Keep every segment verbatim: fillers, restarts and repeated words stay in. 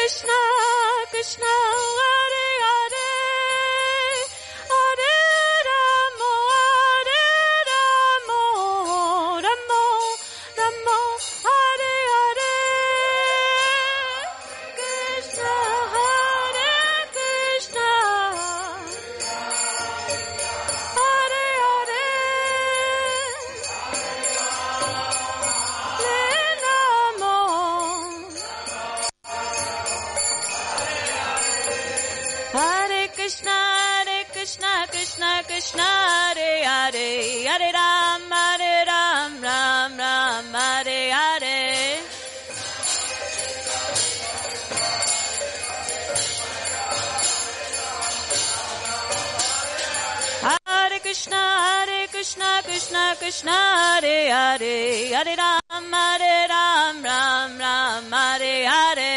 Krishna, Krishna, Hare Hare, Hare Ramo, Hare Ramo, Ramo, Ramo, Hare Hare, Krishna, Hare Krishna, Hare Hare, Le Namo. Hare Krishna, Hare Krishna, Krishna Krishna, Hare Hare, Hare Ram, Hare Ram, Ram Ram, Hare Hare. Hare Krishna, Hare Krishna, Krishna Krishna, Hare Hare, Hare Ram, Hare Ram, Ram Ram, Hare Hare.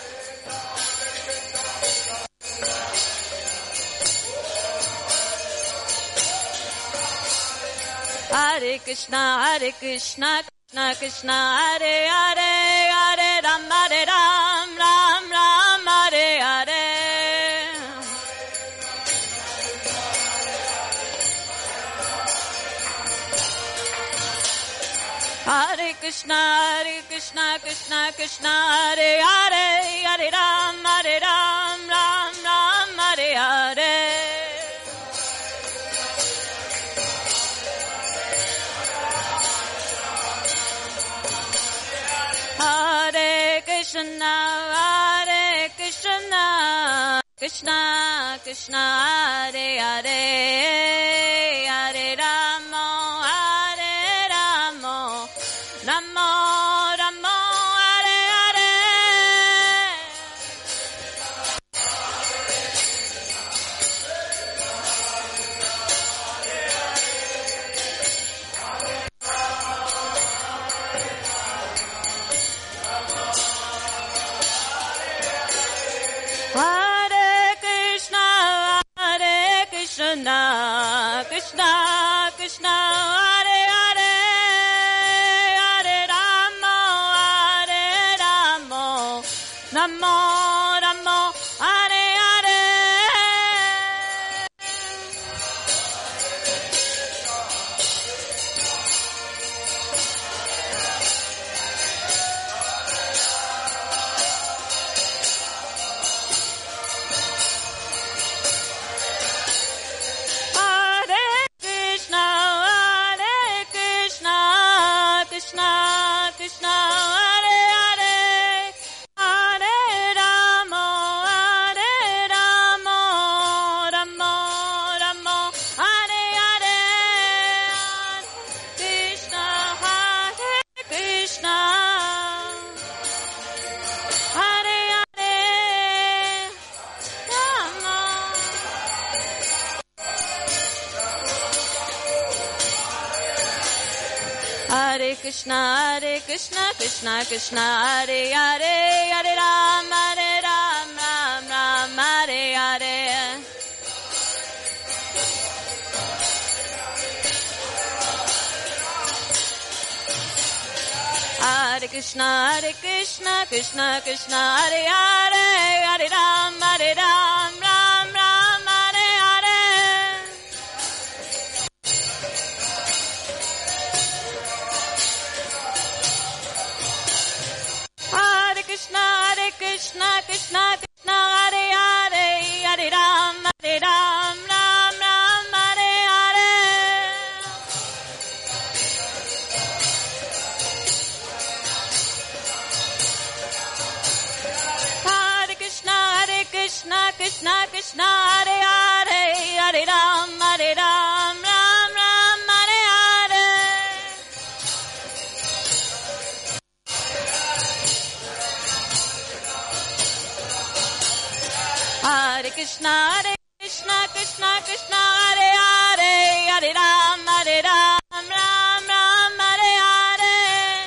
Hare Krishna, Hare Krishna, Krishna Krishna, Hare Hare, Hare Ram, Hare Ram, Ram Ram, Hare Hare. Hare Krishna, Hare Krishna, Krishna Krishna, Hare Hare, Hare Ram, Hare Ram, Ram Ram, Hare Hare. Hare Krishna, Hare Krishna, Krishna Krishna, Hare Hare, Hare Ramo, Hare Ramo, Ramo Ramo, Hare Hare. Hare Krishna, Hare Krishna, Krishna Krishna, Hare Hare, Hare Ramo, Hare Ramo, Ramo Ramo, Hare Hare. Hare Krishna, Hare Krishna, Krishna Krishna, Hare Hare, Hare Ramo, Hare Ramo, Ramo Ramo, Hare Hare. Krishna, Hare Krishna, Hare Hare, Ramo. Hare Krishna, Hare Krishna, Krishna Krishna, Hare Hare, Hare Ram, Hare Ram, Ram Ram, Hare Hare. Hare Krishna, Hare Krishna, Krishna Krishna, Hare Hare, Hare Ram, Hare Ram, Ram Ram, Hare Hare. Hare Krishna, Hare Krishna, Krishna Krishna, Hare Hare, Hare Ram, Hare Ram, Ram Ram, Hare Hare. Hare Krishna, Hare Krishna, Krishna Krishna, Hare Hare, Hare Ram, Hare Ram, Ram Ram, Hare Hare. Hare Krishna, Hare Krishna, Krishna Krishna, Hare Hare, Hare Ram, Hare Ram, Ram Ram, Hare Hare.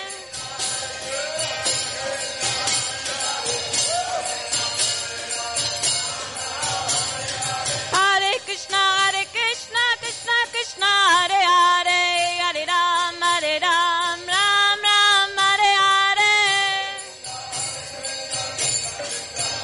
Hare Krishna, Hare Krishna, Krishna Krishna, Hare Hare, Hare Ram, Hare Ram, Ram Ram, Hare Hare.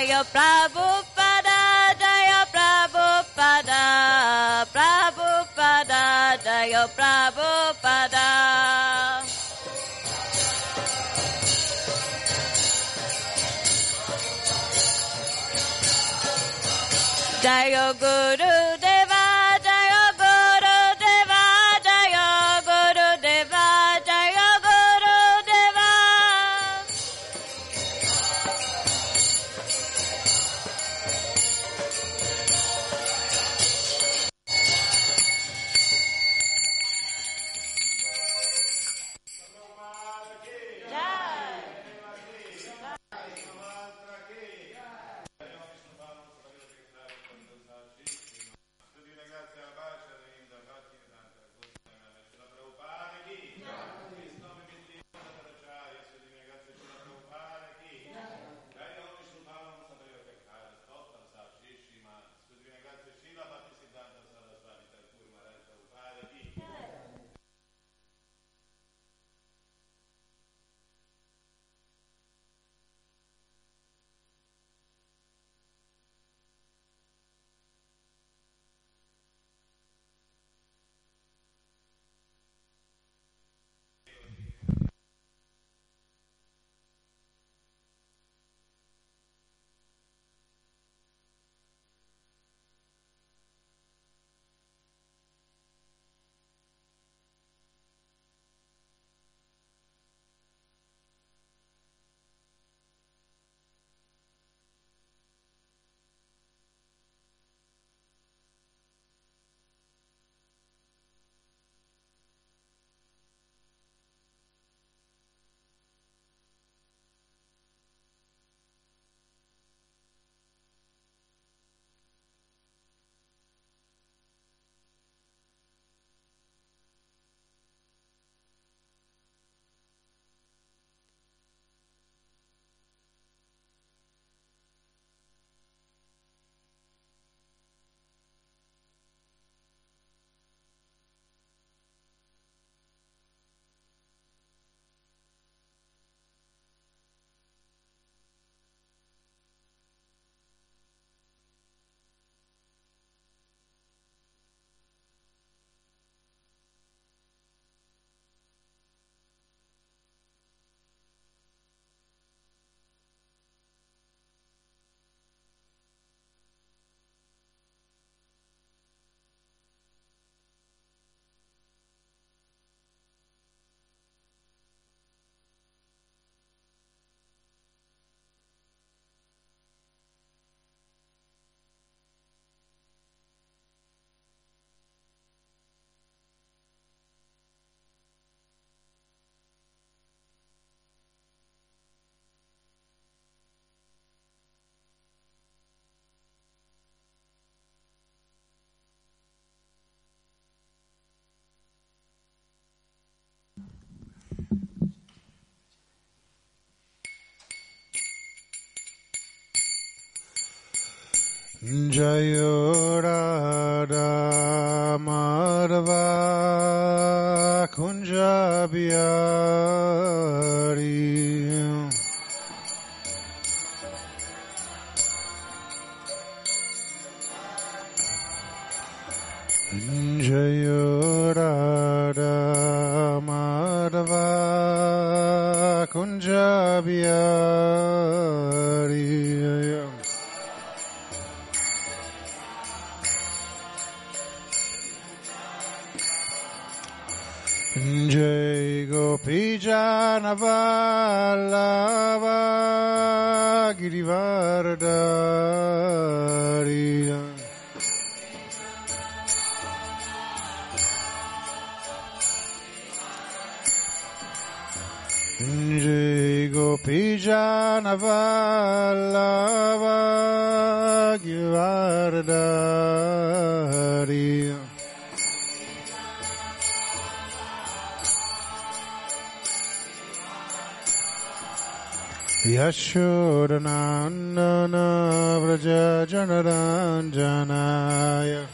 Jaya Prabhupada, Jaya Prabhupada, Prabhupada, Jaya Prabhupada. Jaya Guru Deva, Jaya Guru Deva, Jaya Guru Deva, Jaya Guru Deva. Jayo Radha Madhava Kunja Bihari Jayo Radha Madhava Kunja Bihari Jai Gopi Jana Vallabha Girivardhari Jai Gopi Jana Vallabha Girivardhari Yashodanandana Vraja Janaranjanaya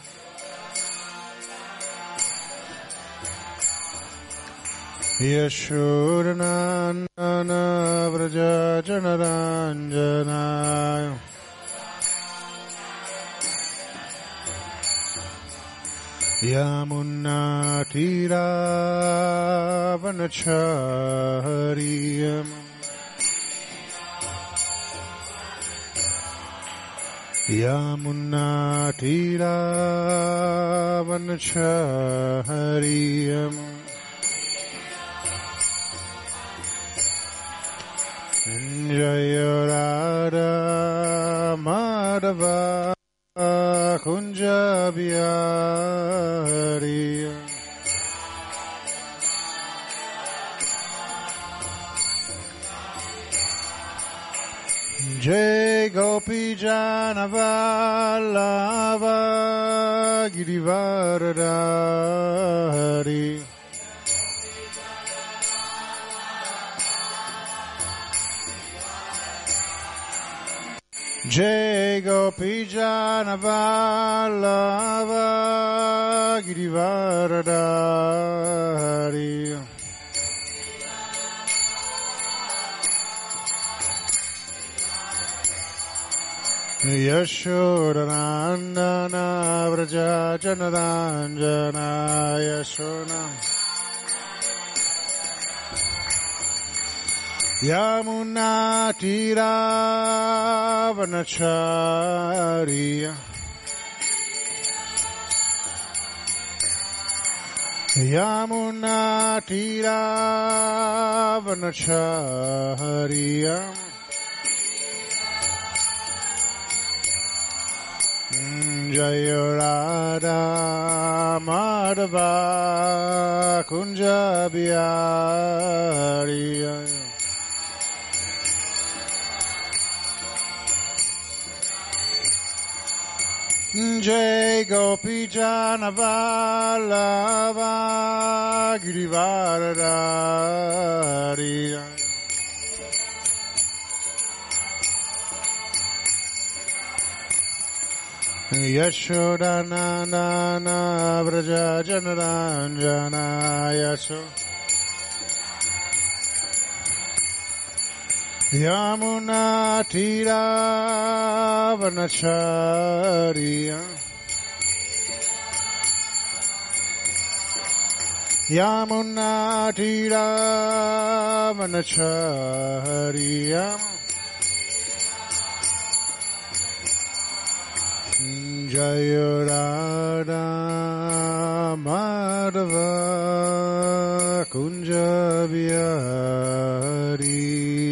Yashodanandana Vraja Janaranjanaya Yamunnatirāvanachariyam Yamunnatirāvanachariyam Jaya Radha Madhava Kunja Bihari Jai Gopi Janavallabha Girivaradhari Jai Gopi Janavallabha Girivaradhari Yashodanandana Vraja Janaranjana Yashona Yamunnatirāvanachariyam Yamunnatirāvanachariyam Jaya Radha Madhava Kunja Bihari Jai Gopi Janavallabha Girivaradhari Yashodanandana Vraja Janaranjana Yasho Yamunnatirāvanachariyam Yamunnatirāvanachariyam Jaya Radha Madhava Kunja Bihari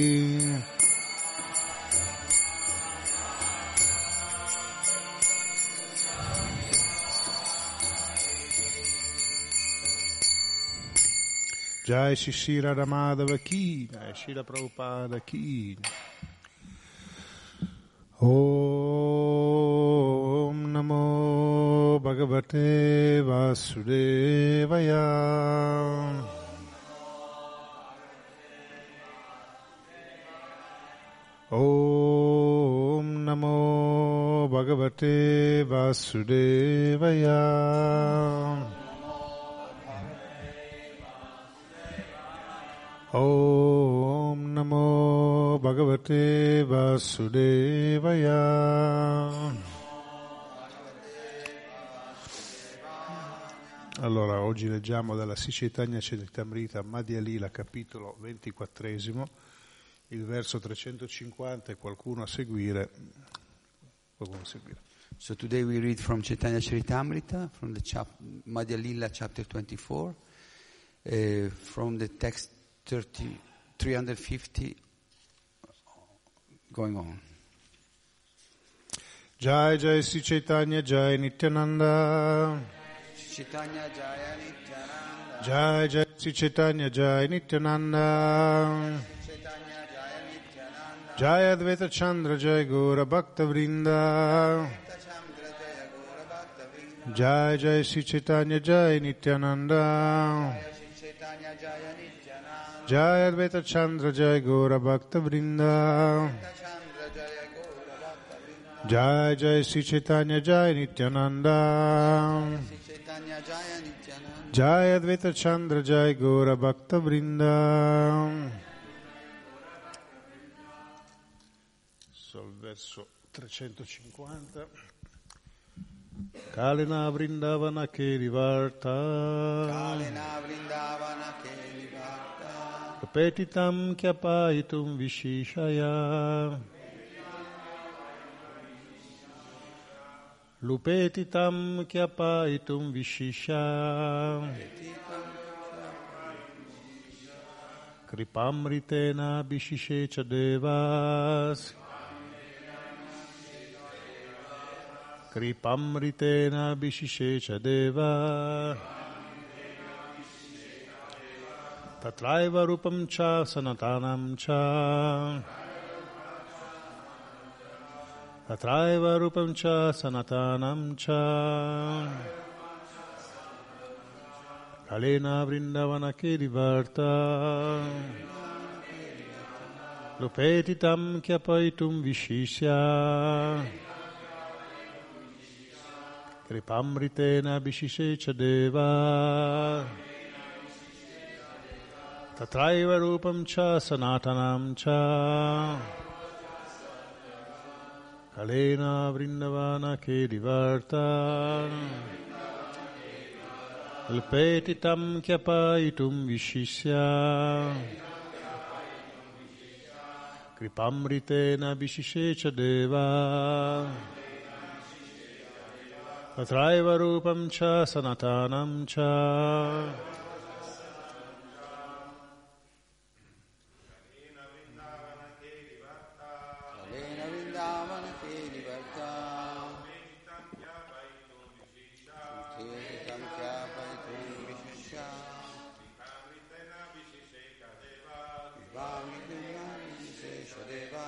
Jai Shri Radha Madhava Ki Jai Srila Prabhupada Ki Om Namo Bhagavate Vasudevaya Om Namo Bhagavate Vasudevaya Om Namo Bhagavate Vasudevaya Allora, oggi leggiamo dalla Sri Chaitanya Charitamrita Madhya Lila, capitolo ventiquattresimo, il verso trecentocinquanta e qualcuno a seguire. Qualcuno a seguire. So today we read from Chaitanya Charitamrita, from the chap- Madhya Lila, chapter twenty-four, uh, from the text thirty, three hundred fifty, going on. Jai Jai Sri Chaitanya Jai Nityananda Chaitanya Jaya Nityananda Jai Jai Sri Chaitanya Jai Nityananda Chaitanya Jaya Nityananda Jai Advaita Chandra Jai Gaura Bhakta Vrinda Chandra Jaya Gaura Bhakta Vrinda Jai Jai Sri Chaitanya Jai Nityananda Chaitanya Jaya Nityananda Jai Advaita Chandra Jai Gaura Bhakta Vrinda Chandra Jaya Gaura Bhakta Vrinda Jai Jai Sri Chaitanya Jai Nityananda Chaitanya Jaya Nityananda Jai Advaita Chandra Jai Gaura Bhakta Vrinda. Sul verso trecentocinquanta. Kalena Vrindavana Kerivarta Kalena Vrindavana Kelivarta Petitam Kyapaitum Vishishaya Lupetitam Kyapaitum Vishisha Kripamritena Vishishecha Devas Kripamritena Vishishecha Deva Tatraiva Rupam Cha Sanatanam Cha Tatraiva Rupam Cha Sanatanam Cha Kalena Vrindavana Kerivarta Lupetitam Kyapaitum Vishishya Kripamritena Vishishecha Deva Tatraiva Rupam Cha Sanatanam Cha Kalena Vrindavana Kerivarta Lpetitam Kyapaitum Vishishya Kripamritena Vishishecha Deva Tatraiva Rupam Cha Sanatanam Cha Kalena Vrindavana Kelivarta Lupetitam Kyapaitum Vishishya Kripamritena Vishishecha Deva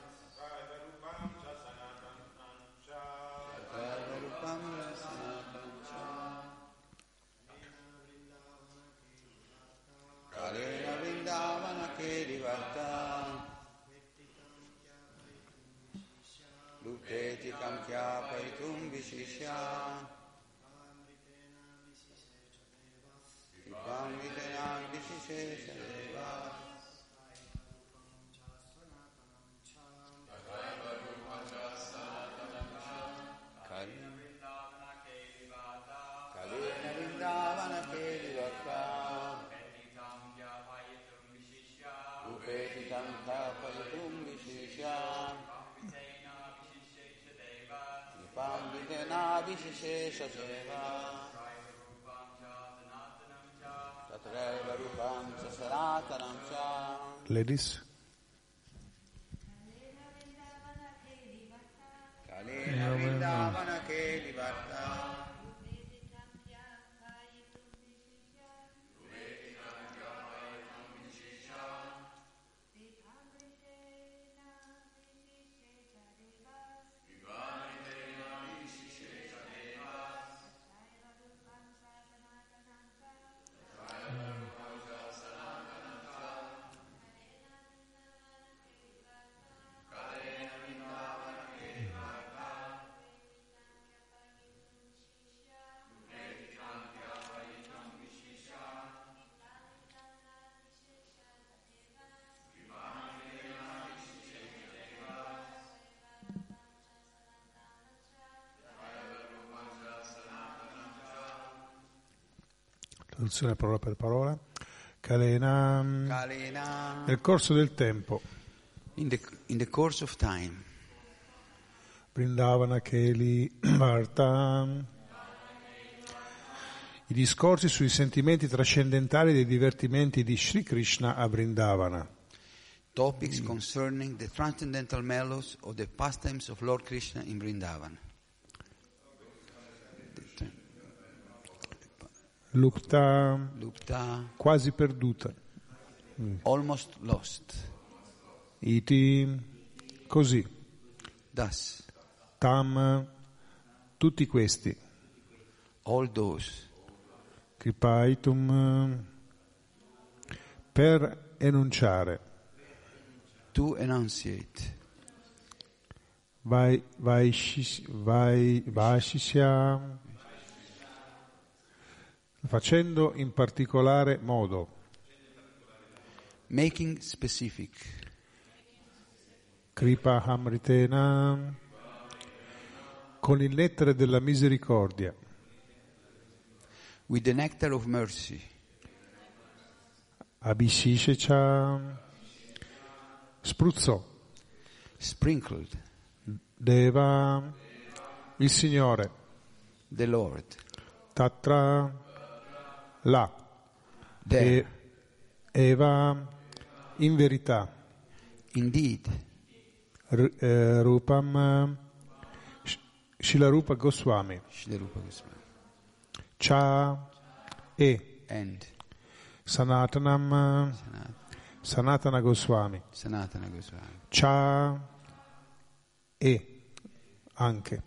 Kalena Vrindavana Kerivarta Lupetitam Kyapaitum Vishishya Kripamritena Vishishecha Deva Kalena Vrindavana Kerivarta Lupetitam Kyapaitum Vishishya Kripamritena Vishishecha Deva Tatraiva Rupam Cha Sanatanam Cha. Ladies. Kalena Vrindavana Kerivarta Traduzione parola per parola. Kalena. Kalena. Nel corso del tempo. In the, in the course of time. Vrindavana Kelivarta. I discorsi sui sentimenti trascendentali dei divertimenti di Sri Krishna a Vrindavana. Topics concerning the transcendental mellows of the pastimes of Lord Krishna in Vrindavan. Lupta, Lupta, quasi perduta. almost lost. Iti, così. Thus, Tam, tutti questi. all those. Kripaitum, per enunciare. To enunciate. Vai, vai, vai, Vashisya, facendo in particolare modo. Making specific. Kripa Hamritena, con il nettare della misericordia, with the nectar of mercy, Abhishishecha, spruzzò, sprinkled Deva, il Signore, the Lord, Tatra, là, there, e Eva, in verità, indeed, R- eh, Rupam, Sh- Shilarupa Goswami, Shrilarupa Goswami, Cha, e and Sanatanam, Sanat- Sanatana Goswami, Sanatana Goswami. Cha, e anche.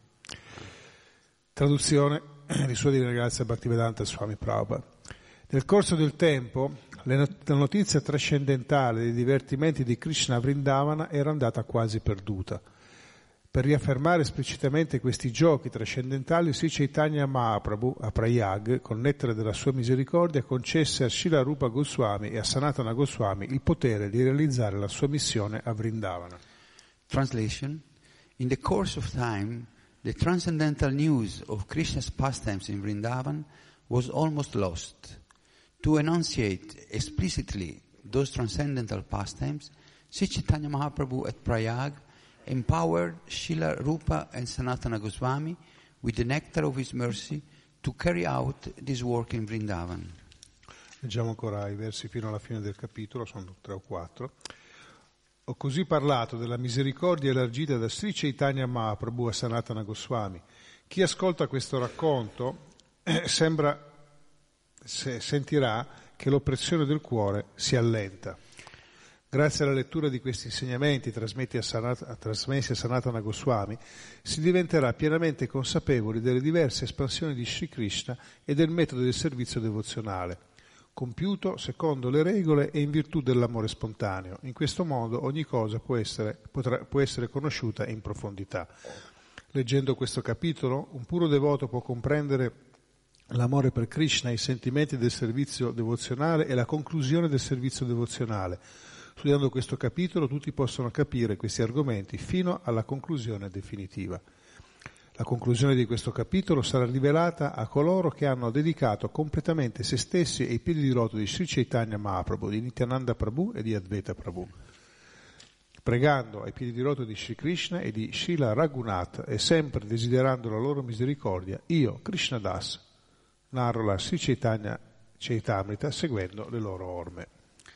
Traduzione di Sua Divina Grazia Bhaktivedanta Swami Prabhupada. Nel corso del tempo, le not- la notizia trascendentale dei divertimenti di Krishna a Vrindavana era andata quasi perduta. Per riaffermare esplicitamente questi giochi trascendentali, Sri Chaitanya Mahaprabhu a Prayag, con nettare della sua misericordia, concesse a Srila Rupa Goswami e a Sanatana Goswami il potere di realizzare la sua missione a Vrindavana. Translation: in the course of time, the transcendental news of Krishna's pastimes in Vrindavan was almost lost. To enunciate explicitly those transcendental pastimes, Sri Chaitanya Mahaprabhu at Prayag empowered Srila Rupa and Sanatana Goswami with the nectar of his mercy to carry out this work in Vrindavan. Leggiamo ancora i versi fino alla fine del capitolo, sono tre o quattro. Ho così parlato della misericordia elargita da Sri Chaitanya Mahaprabhu a Sanatana Goswami. Chi ascolta questo racconto eh, sembra se, sentirà che l'oppressione del cuore si allenta. Grazie alla lettura di questi insegnamenti trasmessi a, Sanat- trasmessi a Sanatana Goswami, si diventerà pienamente consapevoli delle diverse espansioni di Sri Krishna e del metodo del servizio devozionale, compiuto secondo le regole e in virtù dell'amore spontaneo. In questo modo ogni cosa può essere, potrà, può essere conosciuta in profondità. Leggendo questo capitolo, un puro devoto può comprendere l'amore per Krishna, i sentimenti del servizio devozionale e la conclusione del servizio devozionale. Studiando questo capitolo tutti possono capire questi argomenti fino alla conclusione definitiva. La conclusione di questo capitolo sarà rivelata a coloro che hanno dedicato completamente se stessi ai piedi di loto di Sri Chaitanya Mahaprabhu, di Nityananda Prabhu e di Advaita Prabhu, pregando ai piedi di loto di Sri Krishna e di Srila Raghunath e sempre desiderando la loro misericordia, io, Krishna Das, narro la Sri Chaitanya Chaitamrita seguendo le loro orme.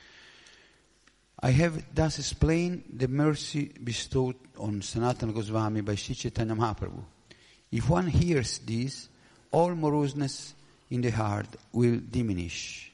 I have thus explained the mercy bestowed on Sanatana Goswami by Sri Chaitanya Mahaprabhu. If one hears this, all moroseness in the heart will diminish.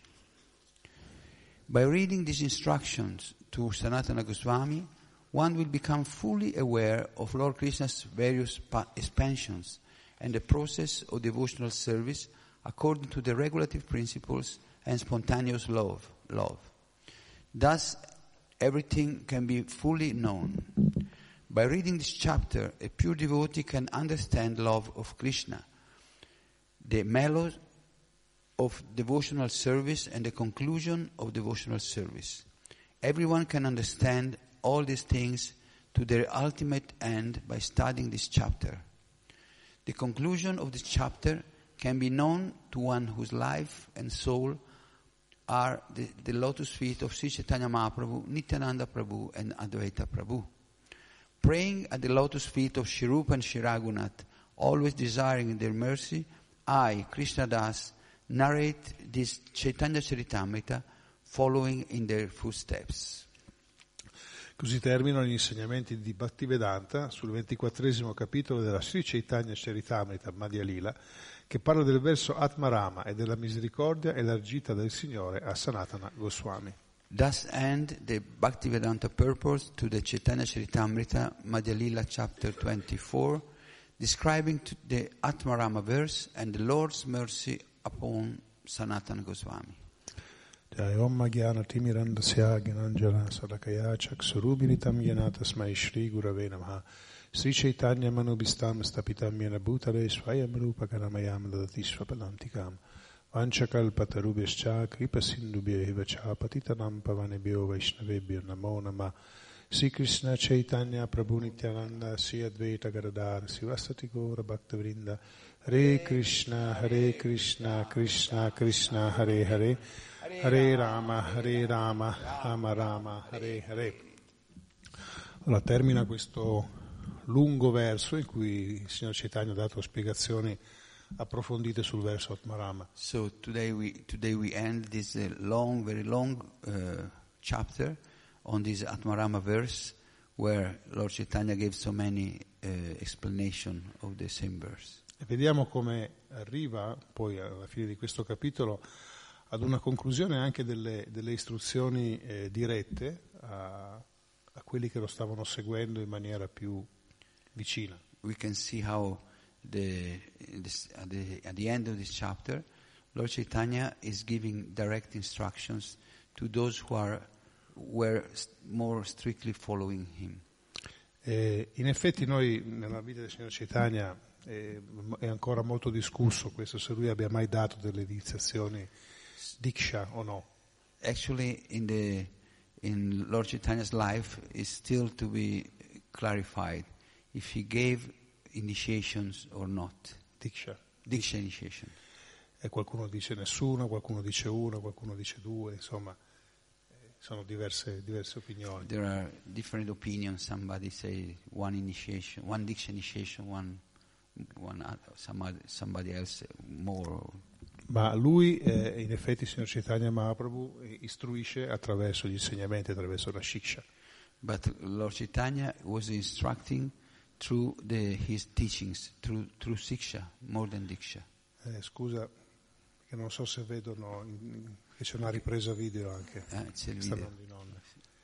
By reading these instructions to Sanatana Goswami, one will become fully aware of Lord Krishna's various pa- expansions and the process of devotional service according to the regulative principles and spontaneous love. love. Thus, everything can be fully known. By reading this chapter, a pure devotee can understand love of Krishna, the mellows of devotional service and the conclusion of devotional service. Everyone can understand all these things to their ultimate end by studying this chapter. The conclusion of this chapter can be known to one whose life and soul are the, the lotus feet of Sri Chaitanya Mahaprabhu, Nityananda Prabhu and Advaita Prabhu. Praying at the lotus feet of Shri Rupa and Shri Raghunath, always desiring their mercy, I, Krishna Das, narrate this Chaitanya Charitamrita following in their footsteps. Così terminano gli insegnamenti di Bhaktivedanta sul ventiquattresimo capitolo della Sri Chaitanya Charitamrita Madhya Lila, che parla del verso Atmarama e della misericordia elargita dal Signore a Sanatana Goswami. Thus end the Bhaktivedanta purport to the Chaitanya Charitamrita Madhya Lila chapter twenty-four, describing the Atmarama verse and the Lord's mercy upon Sanatana Goswami. Jai Om Jnana Timirandasya Gyananjana Sadakaya Chaksurubhiritam Jnana Tasmai Shri Gurave Namaha Sri Chaitanya Manubhistam Stapitam Yena Bhutare Swayam Rupa Karamayam Dadati Swapadantikam Vanchakalpatarubhyascha Kripa Sindubhya Hiva Cha Patitanam Pavanebhyo Vaishnavebhyo Namo Namah Sri Krishna Chaitanya Prabhu Nityananda Sri Advaita Gadadhar Sivasati Gaura Bhaktavrinda Hare Krishna Hare Krishna Krishna Krishna Hare Hare Hare Rama Hare Rama Rama Rama Hare Hare. Allora termina questo lungo verso in cui il signor Chaitanya ha dato spiegazioni approfondite sul verso Atmarama. So today we today we end this uh, long, very long uh, chapter on this Atmarama verse, where Lord Chaitanya gave so many uh, explanation of the same verse. E vediamo come arriva poi alla fine di questo capitolo ad una conclusione anche delle, delle istruzioni eh, dirette a, a quelli che lo stavano seguendo in maniera più vicina. We can see how the, this, at, the, at the end of this chapter, Lord Chaitanya is giving direct instructions to those who are were more strictly following him. Eh, in effetti noi nella vita del signor Chaitanya eh, è ancora molto discusso questo, se lui abbia mai dato delle iniziazioni Diksha o no. Actually, in the in Lord Chaitanya's life is still to be clarified if he gave initiations or not. Diksha. Diksha initiation. E qualcuno dice nessuno, qualcuno dice uno, qualcuno dice due, insomma, eh, sono diverse, diverse opinioni. There are different opinions. Somebody say one initiation, one Diksha initiation, one one other, somebody, somebody else more. Ma lui, eh, in effetti, il signor Chaitanya Mahaprabhu istruisce attraverso gli insegnamenti, attraverso la shiksha. But Lord Chaitanya was instructing through the, his teachings, through, through Siksha, more than Diksha. Eh, scusa, che non so se vedono in, che c'è una ripresa video anche. Ah, c'è il sta video. di nonna.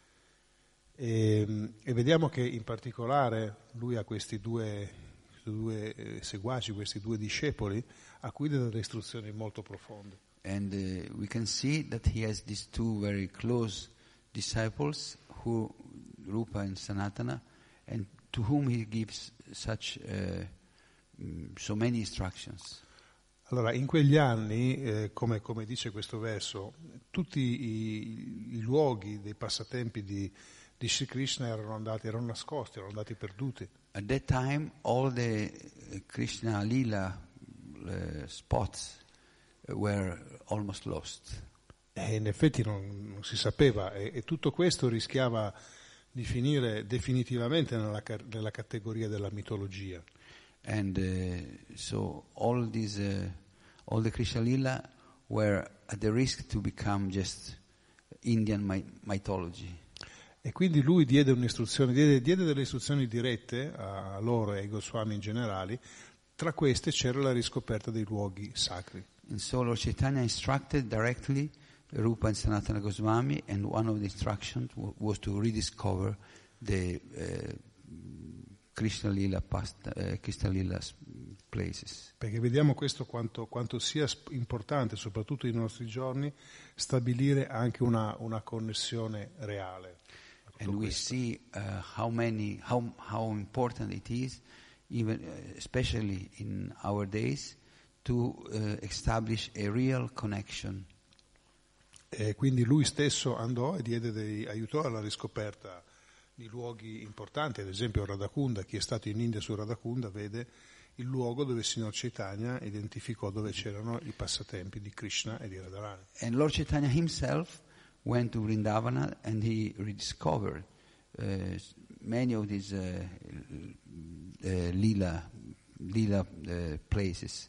E, e vediamo che in particolare lui ha questi due, due eh, seguaci, questi due discepoli, a cui dà delle istruzioni molto profonde. And uh, we can see that he has these two very close disciples, who Rupa and Sanatana, and to whom he gives such uh, so many instructions. Allora, in quegli anni, eh, come, come dice questo verso, tutti i, i luoghi dei passatempi di, di Sri Krishna erano andati, erano nascosti, erano andati perduti. At that time, all the uh, Krishna Lila uh, spots were almost lost. E in effetti non, non si sapeva, e, e tutto questo rischiava di finire definitivamente nella, nella categoria della mitologia. And uh, so all these, uh, all the Krishna Lila were at the risk to become just Indian my- mythology. E quindi lui diede un'istruzione, diede, diede delle istruzioni dirette a loro e ai Goswami in generale. Tra queste c'era la riscoperta dei luoghi sacri. And so Lord Chaitanya instructed directly Rupa and Sanatana Goswami, and one of the instructions w- was to rediscover the uh, Krishna Lila past, uh, Krishna Lila places. Perché vediamo questo quanto, quanto sia importante, soprattutto nei nostri giorni, stabilire anche una, una connessione reale. And we see uh, how many, how how important it is, even uh, especially in our days, to uh, establish a real connection. E quindi lui stesso andò e diede dei, aiutò alla riscoperta di luoghi importanti, ad esempio Radhakunda. Chi è stato in India su Radhakunda vede il luogo dove il signor Chaitanya identificò dove c'erano i passatempi di Krishna e di Radharani. And Lord Chaitanya himself went to Vrindavana and he rediscovered uh, many of these uh, uh, lila, lila uh, places.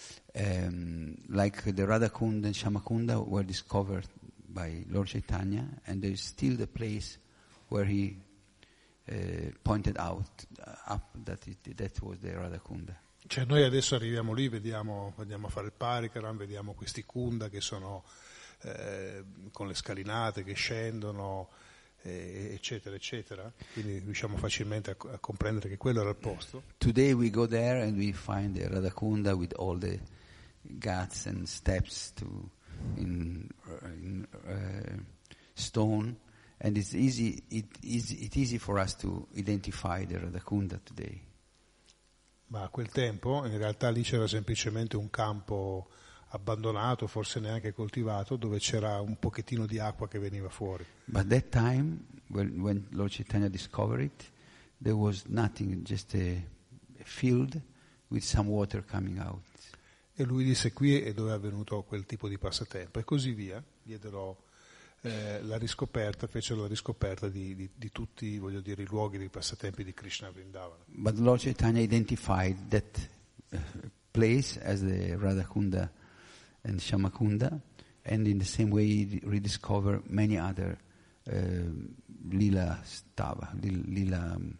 Um, like the Radhakunda and Shamakunda were discovered by Lord Chaitanya, and there is still the place where he uh, pointed out uh, up that it, that was the Radhakunda. Cioè noi adesso arriviamo lì, vediamo, andiamo a fare il Parikaram, vediamo questi kunda che sono eh, con le scalinate che scendono, eh, eccetera, eccetera. Quindi riusciamo facilmente a, a comprendere che quello era il posto. Today we go there and we find the Radhakunda with all the ghats and steps to in, in uh, stone, and it's easy. It is it's easy for us to identify the Radhakunda today. Ma a quel tempo in realtà lì c'era semplicemente un campo abbandonato, forse neanche coltivato, dove c'era un pochettino di acqua che veniva fuori. But that time, when, when Lord Chaitanya discovered it, there was nothing, just a, a field with some water coming out. E lui disse: qui è dove è avvenuto quel tipo di passatempo, e così via. Diedero eh, la riscoperta, fecero la riscoperta di, di, di tutti, voglio dire, i luoghi dei passatempi di Krishna a Vrindavana. But Lord Chaitanya identified that uh, place as the Radhakunda and Shamakunda, and in the same way he rediscovered many other uh, lila stava, lila um,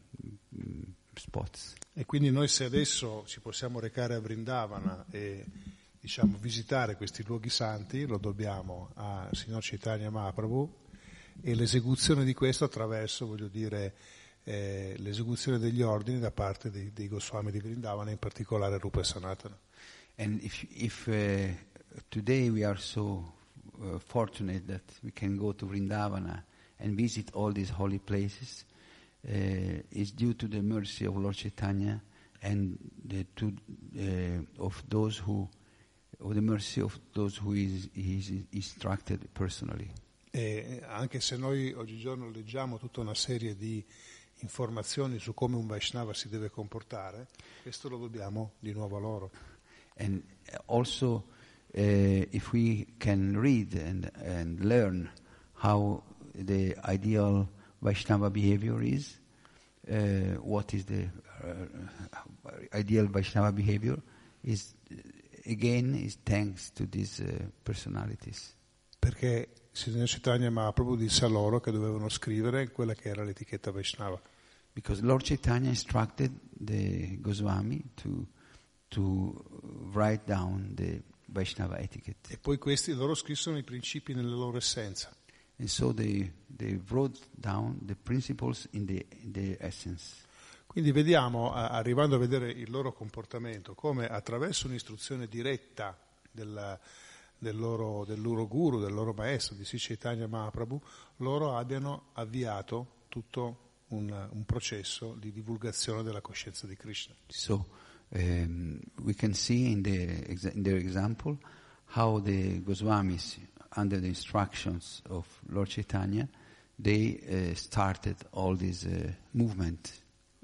spots. E quindi noi, se adesso ci possiamo recare a Vrindavana e, diciamo, visitare questi luoghi santi, lo dobbiamo a Signor Chaitanya Mahaprabhu, e l'esecuzione di questo attraverso, voglio dire, eh, l'esecuzione degli ordini da parte dei, dei Goswami di Vrindavana, in particolare Rupa e Sanatana. And if, if uh, today we are so uh, fortunate that we can go to Vrindavana and visit all these holy places, uh, is due to the mercy of Lord Chaitanya and the, to, uh, of those who, of the mercy of those who is, is instructed personally. E anche se noi oggigiorno leggiamo tutta una serie di informazioni su come un Vaishnava si deve comportare, questo lo dobbiamo di nuovo a loro. And also, uh, if we can read and, and learn how the ideal Vaishnava behavior is, uh, what is the uh, ideal Vaishnava behavior, is again is thanks to these uh, personalities. Perché Signor Chaitanya Mahaprabhu disse a loro che dovevano scrivere quella che era l'etichetta Vaishnava. Because Lord Chaitanya instructed the Goswami to to write down the Vaishnava etiquette. E poi questi loro scrissero i principi nella loro essenza. And so they they wrote down the principles in the in their essence. Quindi vediamo, arrivando a vedere il loro comportamento, come attraverso un'istruzione diretta del, del, loro, del loro guru, del loro maestro, di Sri Chaitanya Mahaprabhu, loro abbiano avviato tutto un, un processo di divulgazione della coscienza di Krishna. So um, we can see in, the, in their example how the Goswamis, under the instructions of Lord Chaitanya, they uh, started all this uh, movement.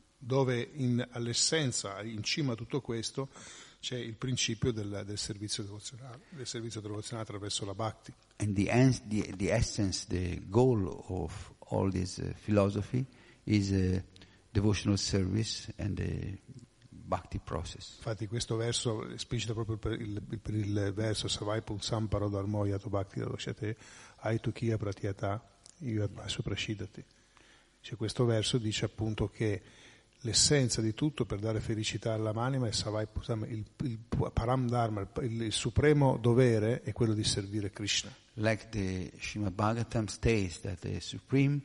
Dove in, all'essenza, in cima a tutto questo, c'è il principio del, del servizio devozionale, del servizio devozionale attraverso la bhakti. And the, the, the essence, the goal of all this uh, philosophy is uh, devotional service and the bhakti process. Infatti questo verso esplicita proprio per il, per il verso Savai Pulsam Parodharmo Yato Bhakti Dadoshate Aitukiya Pratyata Yatmasu Prashidati. Cioè, questo verso dice appunto che l'essenza di tutto per dare felicità all'anima è Savai Pulsam, il, il Param Dharma, il, il supremo dovere è quello di servire Krishna. Like the Srimad Bhagavatam states that the supreme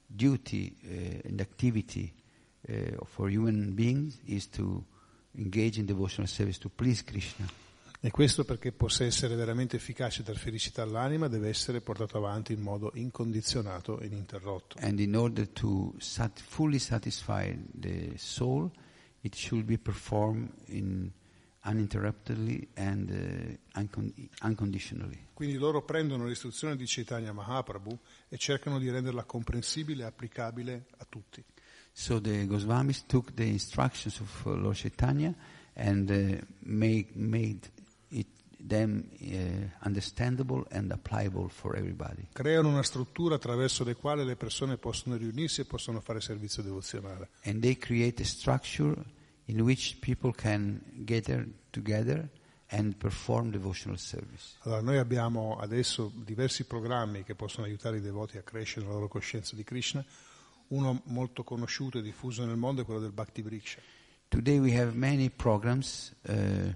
duty uh, and activity uh, for human beings is to engage in devotional service to please Krishna. E questo perché possa essere veramente efficace e dar felicità all'anima deve essere portato avanti in modo incondizionato e ininterrotto. And in order to sat- fully satisfy the soul, it should be performed in uninterruptedly and uh, uncon- unconditionally. Quindi loro prendono l'istruzione di Chaitanya Mahaprabhu e cercano di renderla comprensibile e applicabile a tutti. So the Goswamis took the instructions of uh, Lord Chaitanya and uh, made, made it them uh, understandable and applicable for everybody. Creano una struttura attraverso la quale le persone possono riunirsi e possono fare servizio devozionale. And they create a structure in which people can gather together and perform devotional service. Allora, noi abbiamo adesso diversi programmi che possono aiutare i devoti a crescere nella loro coscienza di Krishna. Uno molto conosciuto e diffuso nel mondo è quello del Bhakti Vriksha. Today we have many programs uh,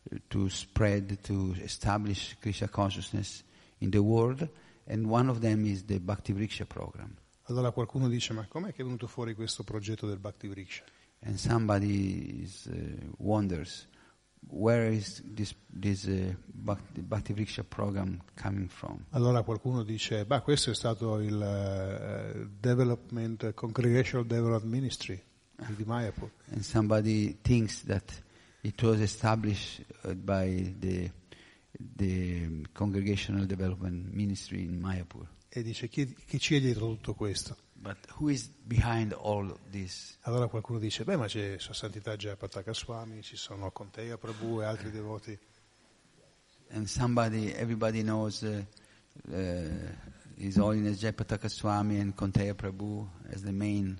to spread, to establish Krishna consciousness in the world, and one of them is the Bhakti Vriksha program. Allora qualcuno dice: ma com'è che è venuto fuori questo progetto del Bhakti Vriksha? And somebody is, uh, wonders, where is this, this uh, Bhakti, Bhakti Vriksha program coming from? Allora qualcuno dice: beh, questo è stato il uh, Development Congregational Development Ministry di Mayapur. And somebody thinks that it was established uh, by the the Congregational Development Ministry in Mayapur. E dice, chi, chi ci è dietro tutto questo? But who is behind all of this? Allora qualcuno dice, beh, ma c'è Sua Santità Jayapataka Swami, ci sono Konteya Prabhu e altri devoti. And somebody, everybody knows uh, uh, His Holiness Jayapataka Swami and Konteya Prabhu as the main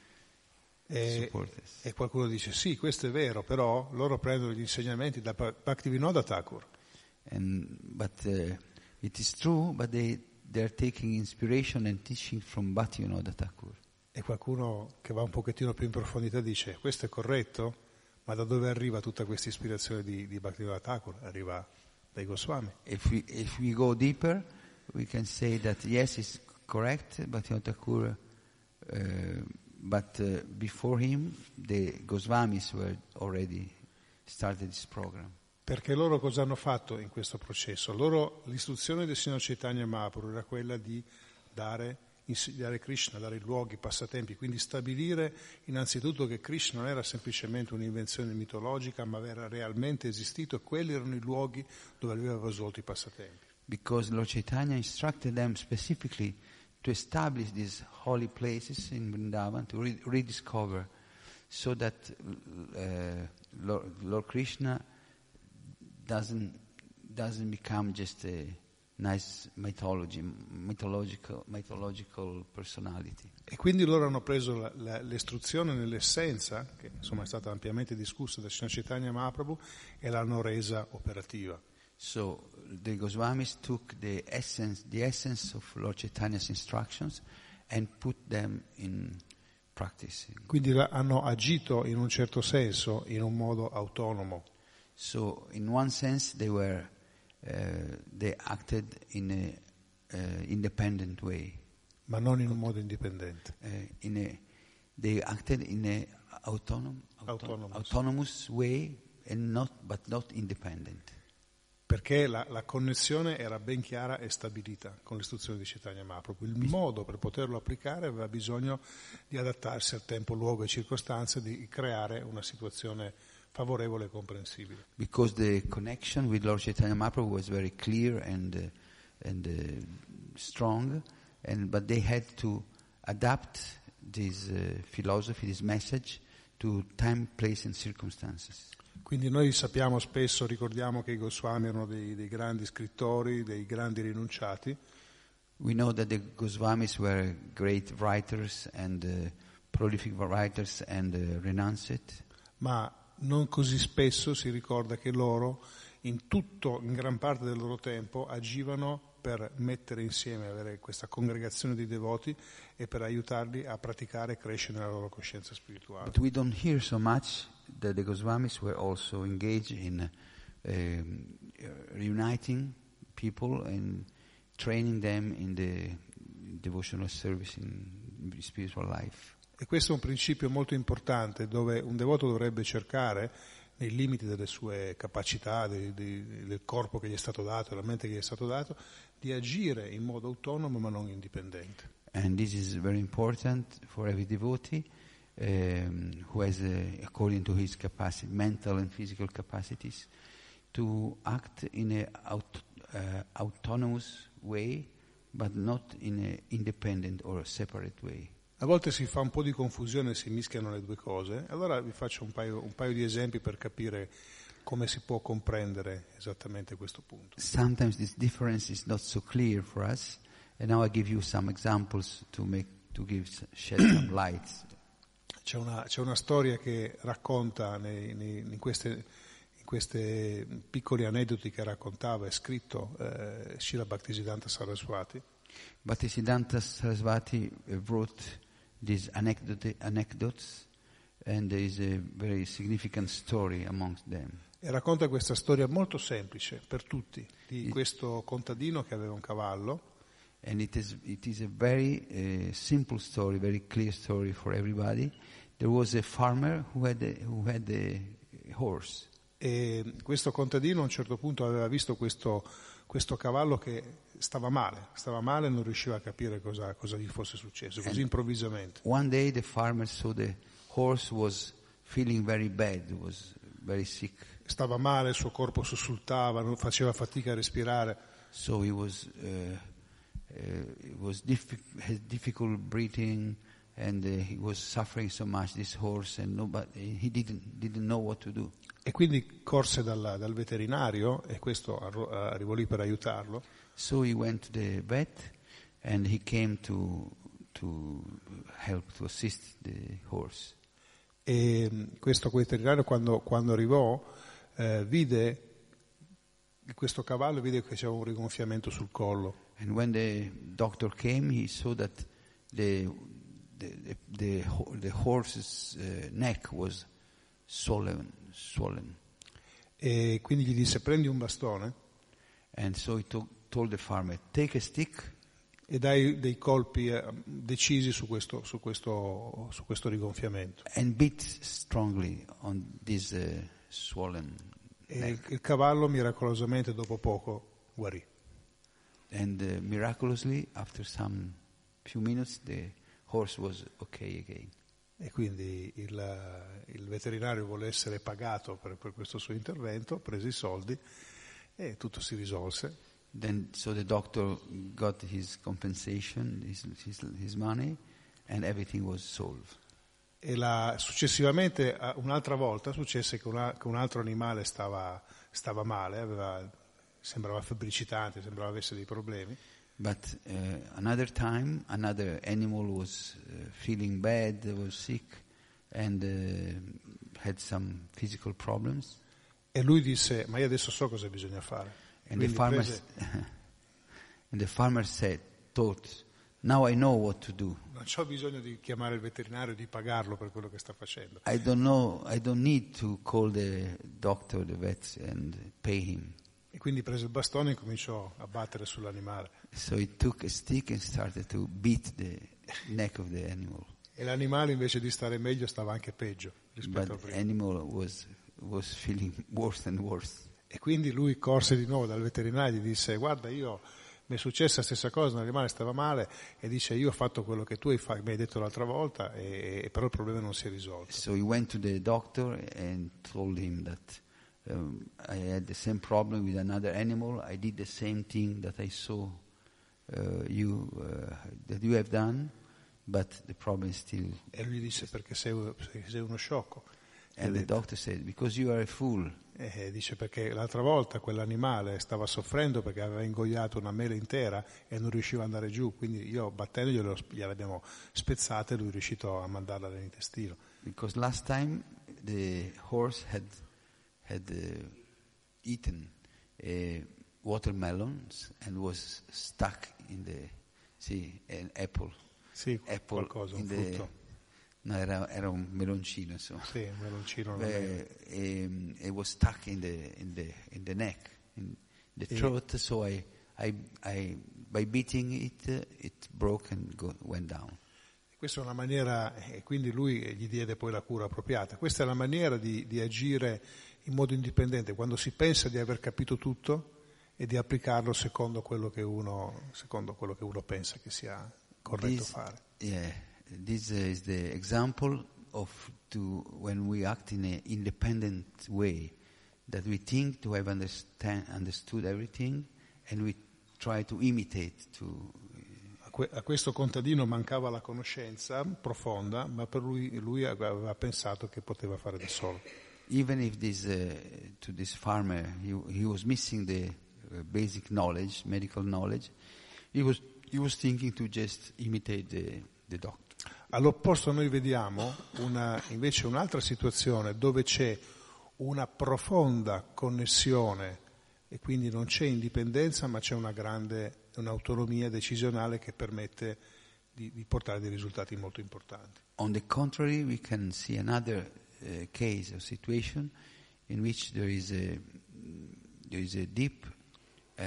e, supporters. E qualcuno dice, sì, questo è vero, però loro prendono gli insegnamenti da Bhaktivinoda Thakur. And, but uh, it is true, but they they are taking inspiration and teaching from Bhaktivinoda Thakur. E qualcuno che va un pochettino più in profondità dice, questo è corretto? Ma da dove arriva tutta questa ispirazione di, di Bhaktivinoda Thakur? Arriva dai Goswami. If we, if we go deeper, we can say that yes, it's correct, Bhaktivinoda Thakur, uh, but uh, before him, the Goswamis were already started this program. Perché loro cosa hanno fatto in questo processo? Loro, l'istruzione del Signor Chaitanya Mahaprabhu era quella di dare, insegnare Krishna, dare luoghi, passatempi, quindi stabilire innanzitutto che Krishna non era semplicemente un'invenzione mitologica, ma era realmente esistito e quelli erano i luoghi dove lui aveva svolto i passatempi. Because Lord Chaitanya instructed them specifically to establish these holy places in Vrindavan, to re- rediscover, so that uh, Lord, Lord Krishna doesn't doesn't become just a nice mythology, mythological mythological personality. E quindi loro hanno preso la, la, l'istruzione nell'essenza, che insomma è stata ampiamente discussa da Signor Chaitanya Mahaprabhu, e l'hanno resa operativa. So the Goswamis took the essence, the essence of Lord Chaitanya's instructions and put them in practice. Quindi la, hanno agito in un certo senso in un modo autonomo. So in one sense they were, uh, they acted in a uh, independent way. Ma non in un modo indipendente. Uh, in a, they acted in a autonom, auto, autonomous. autonomous way, and not, but not independent. Perché la, la connessione era ben chiara e stabilita con l'istruzione di Chaitanya Mahaprabhu. Il modo per poterlo applicare aveva bisogno di adattarsi al tempo, luogo e circostanze, di creare una situazione favorevole e comprensibile. Because the connection with Lord Chaitanya Mahaprabhu was very clear and uh, and uh, strong, and but they had to adapt this uh, philosophy, this message, to time, place, and circumstances. Quindi noi sappiamo spesso, ricordiamo che i Goswami erano dei, dei grandi scrittori, dei grandi rinunciati. We know that the Goswamis were great writers and uh, prolific writers and uh, renounced. Ma non così spesso si ricorda che loro, in tutto, in gran parte del loro tempo, agivano per mettere insieme, avere questa congregazione di devoti e per aiutarli a praticare e crescere nella loro coscienza spirituale. But we don't hear so much that the Goswamis were also engaged in um, reuniting people and training them in the devotional service in spiritual life. E questo è un principio molto importante dove un devoto dovrebbe cercare, nei limiti delle sue capacità, di, di, del corpo che gli è stato dato, della mente che gli è stato dato, di agire in modo autonomo ma non indipendente. And this is very important for every devotee um, who has, a, according to his capacity, mental and physical capacities, to act in a aut- uh, autonomous way, but not in an independent or a separate way. A volte si fa un po' di confusione, si mischiano le due cose. Allora vi faccio un paio, un paio di esempi per capire come si può comprendere esattamente questo punto. Sometimes this difference is not so clear for us, and now I give you some examples to make to give shed some light. C'è una, c'è una storia che racconta nei, nei, in queste in questi piccoli aneddoti che raccontava e scritto eh, Srila Bhaktisiddhanta Saraswati. Bhaktisiddhanta Saraswati wrote these anecdote, anecdotes, and there is a very significant story amongst them. E racconta questa storia molto semplice per tutti, di questo contadino che aveva un cavallo. And it is it is a very uh, simple story, very clear story for everybody. There was a farmer who had a, who had a horse. E questo contadino a un certo punto aveva visto questo, questo cavallo che stava male, stava male e non riusciva a capire cosa, cosa gli fosse successo, così improvvisamente. One day the farmer saw the horse was feeling very bad, was very sick. Stava male, il suo corpo sussultava, non faceva fatica a respirare. So he was uh, uh, it was diffi- had difficult breathing, and uh, he was suffering so much, this horse, and nobody, he didn't didn't know what to do. E quindi corse dal, dal veterinario, e questo arro- arrivò lì per aiutarlo. So he went to the vet, and he came to to help to assist the horse. E questo veterinario, quando, quando arrivò, eh, vide questo cavallo, vide che c'era un rigonfiamento sul collo. And when the doctor came, he saw that the the the, the, ho- the horse's uh, neck was swollen, swollen. E quindi gli disse: prendi un bastone And so he to- told the farmer, take a stick e dai dei colpi eh, decisi su questo, su questo, su questo rigonfiamento. and beat strongly on this uh, swollen E neck. il cavallo miracolosamente dopo poco guarì. And uh, miraculously, after some few minutes, the horse was okay again. E quindi il, il veterinario volle essere pagato per, per questo suo intervento, prese i soldi e tutto si risolse. Then, so the doctor got his compensation, his, his, his money, and everything was solved. E la, successivamente, a- un'altra volta, successe che, una- che un altro animale stava, stava male, aveva, sembrava febbricitante, sembrava avesse dei problemi. But uh, another time, another animal was uh, feeling bad, was sick, and uh, had some physical problems. E lui disse: ma io adesso so cosa bisogna fare. E And the quindi farmer, prese- and the farmer said, thought, now I know what to do. non c'ho bisogno di chiamare il veterinario e di pagarlo per quello che sta facendo. I don't know, I don't need to call the doctor, the vet, and pay him. E quindi prese il bastone e cominciò a battere sull'animale. So he took a stick and started to beat the neck of the animal. E l'animale, invece di stare meglio, stava anche peggio rispetto But a the prima. animal was was feeling worse and worse. E quindi lui corse di nuovo dal veterinario e gli disse: guarda, io mi è successa la stessa cosa, l'animale stava male, e dice: io ho fatto quello che tu hai fa- mi hai detto l'altra volta, e, e però il problema non si è risolto. So he went to the doctor and told him that um, I had the same problem with another animal. I did the same thing that I saw uh, you uh, that you have done, but the problem is still. E lui gli disse: perché sei, sei uno sciocco. And the doctor said, because you are a fool. E dice: perché l'altra volta quell'animale stava soffrendo perché aveva ingoiato una mela intera e non riusciva ad andare giù, quindi io battendoglielo gliel'abbiamo spezzata e lui è riuscito a mandarla nell'intestino. Because last time the horse had had uh, eaten uh, watermelons and was stuck in the see an apple. Sì, apple qualcosa, un in the- frutto. No, era, era un meloncino, insomma. Sì, un meloncino. non Uh, è- um, it was stuck in the in the in the neck, in the Yeah. throat. So I, I, I, by beating it, uh, it broke and go, went down. Questa è una maniera, e quindi lui gli diede poi la cura appropriata. Questa è la maniera di, di agire in modo indipendente, quando si pensa di aver capito tutto e di applicarlo secondo quello che uno, secondo quello che uno pensa che sia corretto This, fare. yeah, this is the example of to when we act in an independent way, that we think to have understand, understood everything, and we try to imitate to. A que- A questo contadino mancava la conoscenza profonda, ma per lui, lui aveva pensato che poteva fare da solo. Even if this uh, to this farmer he, he was missing the uh, basic knowledge, medical knowledge, he was he was thinking to just imitate the the doctor. All'opposto noi vediamo una, invece un'altra situazione dove c'è una profonda connessione e quindi non c'è indipendenza, ma c'è una grande un'autonomia decisionale che permette di, di portare dei risultati molto importanti. On the contrary, we can see another uh, case or situation in which there is a there is a deep uh,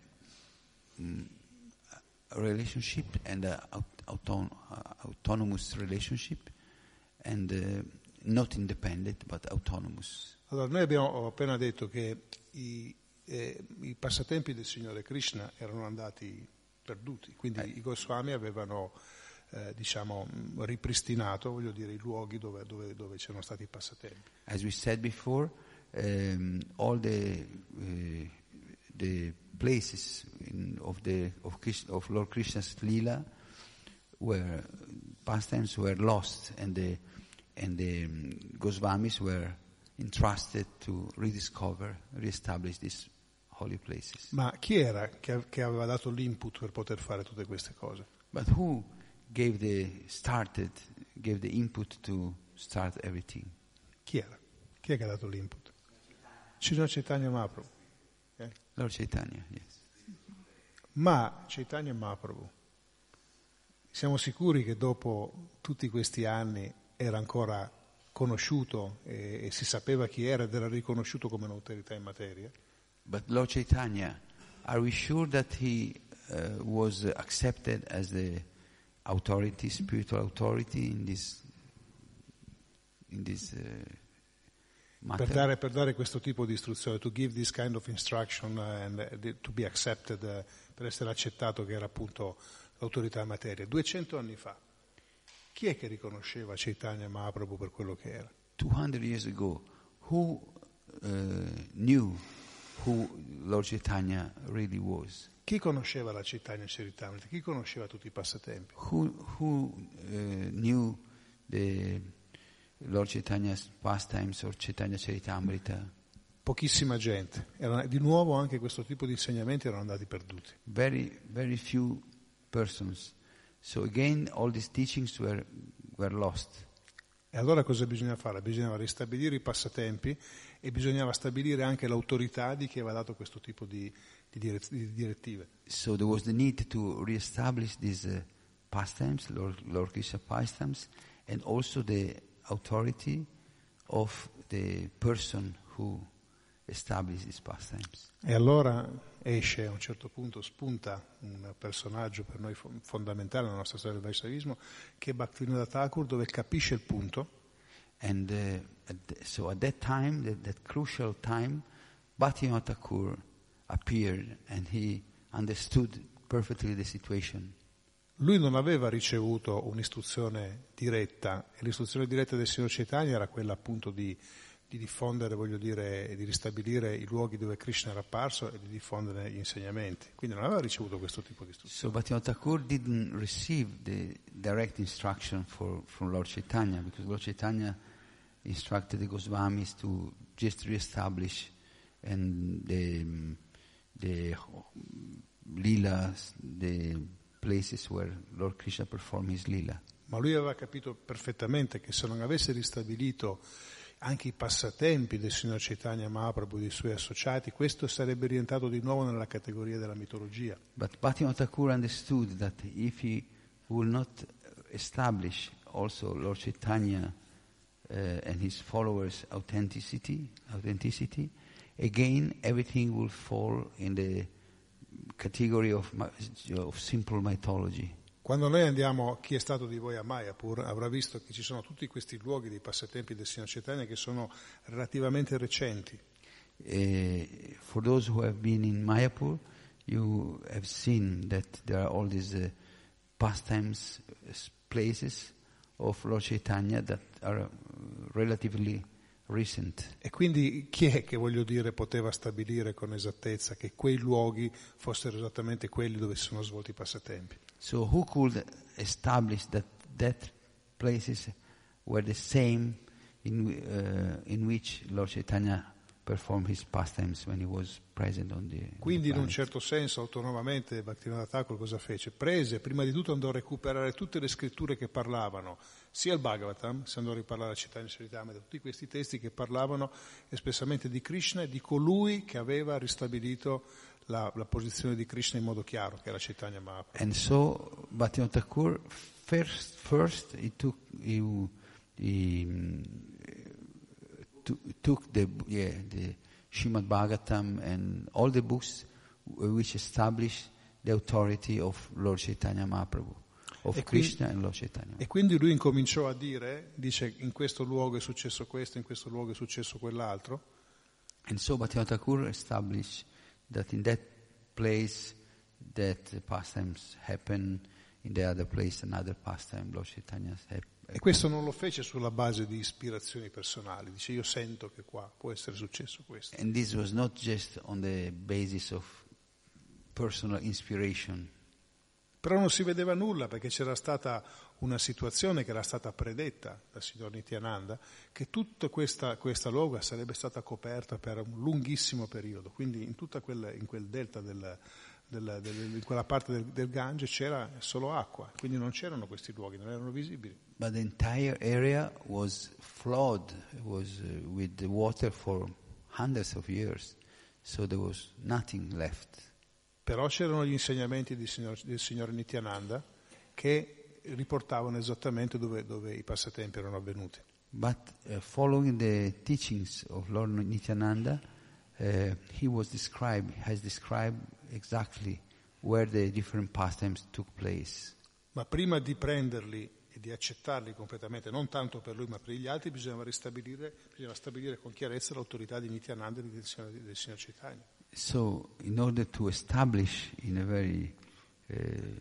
mm, relationship and a aut- auton- uh, autonomous relationship, and uh, not independent but autonomous. Allora, noi abbiamo ho appena detto che i, eh, i passatempi del Signore Krishna erano andati perduti, quindi Eh. i Goswami avevano eh, diciamo ripristinato, voglio dire, i luoghi dove, dove, dove c'erano stati i passatempi. As we said before, um, all the uh, the places in, of the of, Krishna, of Lord Krishna's Leela were pastimes were lost, and the and the um, Goswamis were entrusted to rediscover, reestablish these holy places. Ma chi era che, che aveva dato l'input per poter fare tutte queste cose? But who gave the started gave the input to start everything? Chi era? Chi è che ha dato l'input? Srila Chaitanya Mahaprabhu. Okay? Lord Chaitanya, yes. Ma Chaitanya Mahaprabhu, siamo sicuri che dopo tutti questi anni era ancora conosciuto e, e si sapeva chi era ed era riconosciuto come un'autorità in materia? But Lord Chaitanya, are we sure that he uh, was accepted as the authority, spiritual authority in this in this uh, matter? Per dare, per dare questo tipo di istruzione, to give this kind of instruction uh, and uh, to be accepted, uh, per essere accettato che era appunto l'autorità in materia. duecento anni fa, chi è che riconosceva Chaitanya Mahaprabhu per quello che era? two hundred years ago, who uh, knew who Lord Chaitanya really was? Chi conosceva la Chaitanya Charitamrita? Chi conosceva tutti i passatempi? Who who uh, knew the Lord Chaitanya's pastimes or Chaitanya Charitamrita? Pochissima gente. Era, di nuovo anche questo tipo di insegnamenti erano andati perduti. Very very few persons. So again, all these teachings were were lost. E allora cosa bisogna fare? Bisognava ristabilire i passatempi e bisognava stabilire anche l'autorità di chi aveva dato questo tipo di, di, dirett- di direttive. So there was the need to reestablish these uh, pastimes, Lord, Lord Krishna pastimes, and also the authority of the person who established these pastimes. E allora esce a un certo punto, spunta un personaggio per noi fondamentale nella nostra storia del Vaishnavismo, che è Bhaktivinoda Thakur, dove capisce il punto. And uh, at the, so at that time, that, that crucial time, Bhaktivinoda Thakur appeared and he understood perfectly the situation. Lui non aveva ricevuto un'istruzione diretta, e l'istruzione diretta del Signor Chaitanya era quella appunto di di diffondere, voglio dire, di ristabilire i luoghi dove Krishna era apparso e di diffondere gli insegnamenti. Quindi non aveva ricevuto questo tipo di istruzione. So Bhaktivinoda Thakur didn't receive the direct instruction for, from Lord Chaitanya, because Lord Chaitanya instructed the Goswamis to just reestablish and the the leelas, the places where Lord Krishna performed his leela. Ma lui aveva capito perfettamente che se non avesse ristabilito anche i passatempi del Signor Chaitanya Mahaprabhu e dei suoi associati, questo sarebbe rientrato di nuovo nella categoria della mitologia. But Bhaktivinoda Thakur understood that if he will not establish also Lord Chaitanya uh, and his followers' authenticity, authenticity, again everything will fall in the category of, of simple mythology. Quando noi andiamo, chi è stato di voi a Mayapur avrà visto che ci sono tutti questi luoghi dei passatempi del Signor Chaitanya che sono relativamente recenti. Uh, for those who have been in Mayapur, you have seen that there are all these uh, pastimes, uh, places of Lord Chaitanya that are uh, relatively recent. E quindi chi è che, voglio dire, poteva stabilire con esattezza che quei luoghi fossero esattamente quelli dove si sono svolti i passatempi? So who could establish that that places were the same in uh, in which Lord Chaitanya performed his pastimes when he was present on the Quindi on the in un planet? certo senso autonomamente Bhaktivinoda Thakur cosa fece? Prese, prima di tutto andò a recuperare tutte le scritture che parlavano, sia il Bhagavatam, si andò a riparlare a Chaitanya Charitamrita, tutti questi testi che parlavano espressamente di Krishna e di colui che aveva ristabilito la, la posizione di Krishna in modo chiaro, che era Chaitanya Mahaprabhu. And so Bhaktivinoda Thakur first first he took he, he um, took, took the yeah the Srimad Bhagavatam and all the books which establish the authority of Lord Chaitanya Mahaprabhu, of E Krishna quindi, and Lord Chaitanya. e quindi lui incominciò a dire, dice in questo luogo è successo questo, in questo luogo è successo quell'altro. And so Bhaktivinoda Thakur established that in that place that the pastimes happen, in the other place another pastime Lord Chaitanya E questo non lo fece sulla base di ispirazioni personali, dice io sento che qua può essere successo questo. And this was not just on the basis of personal inspiration. Però non si vedeva nulla perché c'era stata una situazione che era stata predetta dal signor Nityananda, che tutta questa, questa loggia sarebbe stata coperta per un lunghissimo periodo, quindi in tutta quel, in quel delta, del, del, del, in quella parte del, del Gange c'era solo acqua, quindi non c'erano questi luoghi, non erano visibili. But the entire area was flooded, was uh, with the water for hundreds of years, so there was nothing left. Però c'erano gli insegnamenti del signor, del signor Nityananda che riportavano esattamente dove, dove i passatempi erano avvenuti. But uh, following the teachings of Lord Nityananda, uh, he was described, has described exactly where the different pastimes took place. Ma prima di prenderli e di accettarli completamente, non tanto per lui ma per gli altri, bisognava ristabilire, bisognava stabilire con chiarezza l'autorità di Nityananda e del signor, del signor Chaitanya. So, in order to establish in a very uh,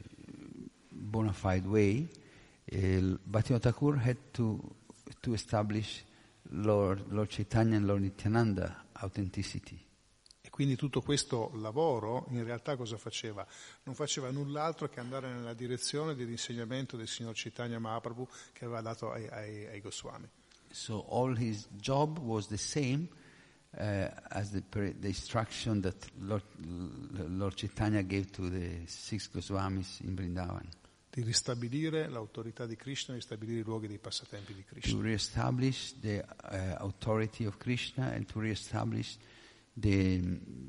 bona fide way, uh, Bhaktivinoda Thakur had to to establish Lord, Lord Chaitanya and Lord Nityananda authenticity. E quindi tutto questo lavoro in realtà cosa faceva? Non faceva null'altro che andare nella direzione dell'insegnamento del signor Chaitanya Mahaprabhu che aveva dato ai, ai, ai Goswami. So all his job was the same uh, as the, the instruction that Lord, Lord Chaitanya gave to the six Goswamis in Vrindavan. Di ristabilire l'autorità di Krishna, di stabilire i luoghi dei passatempi di Krishna. To reestablish the uh, authority of Krishna and to reestablish the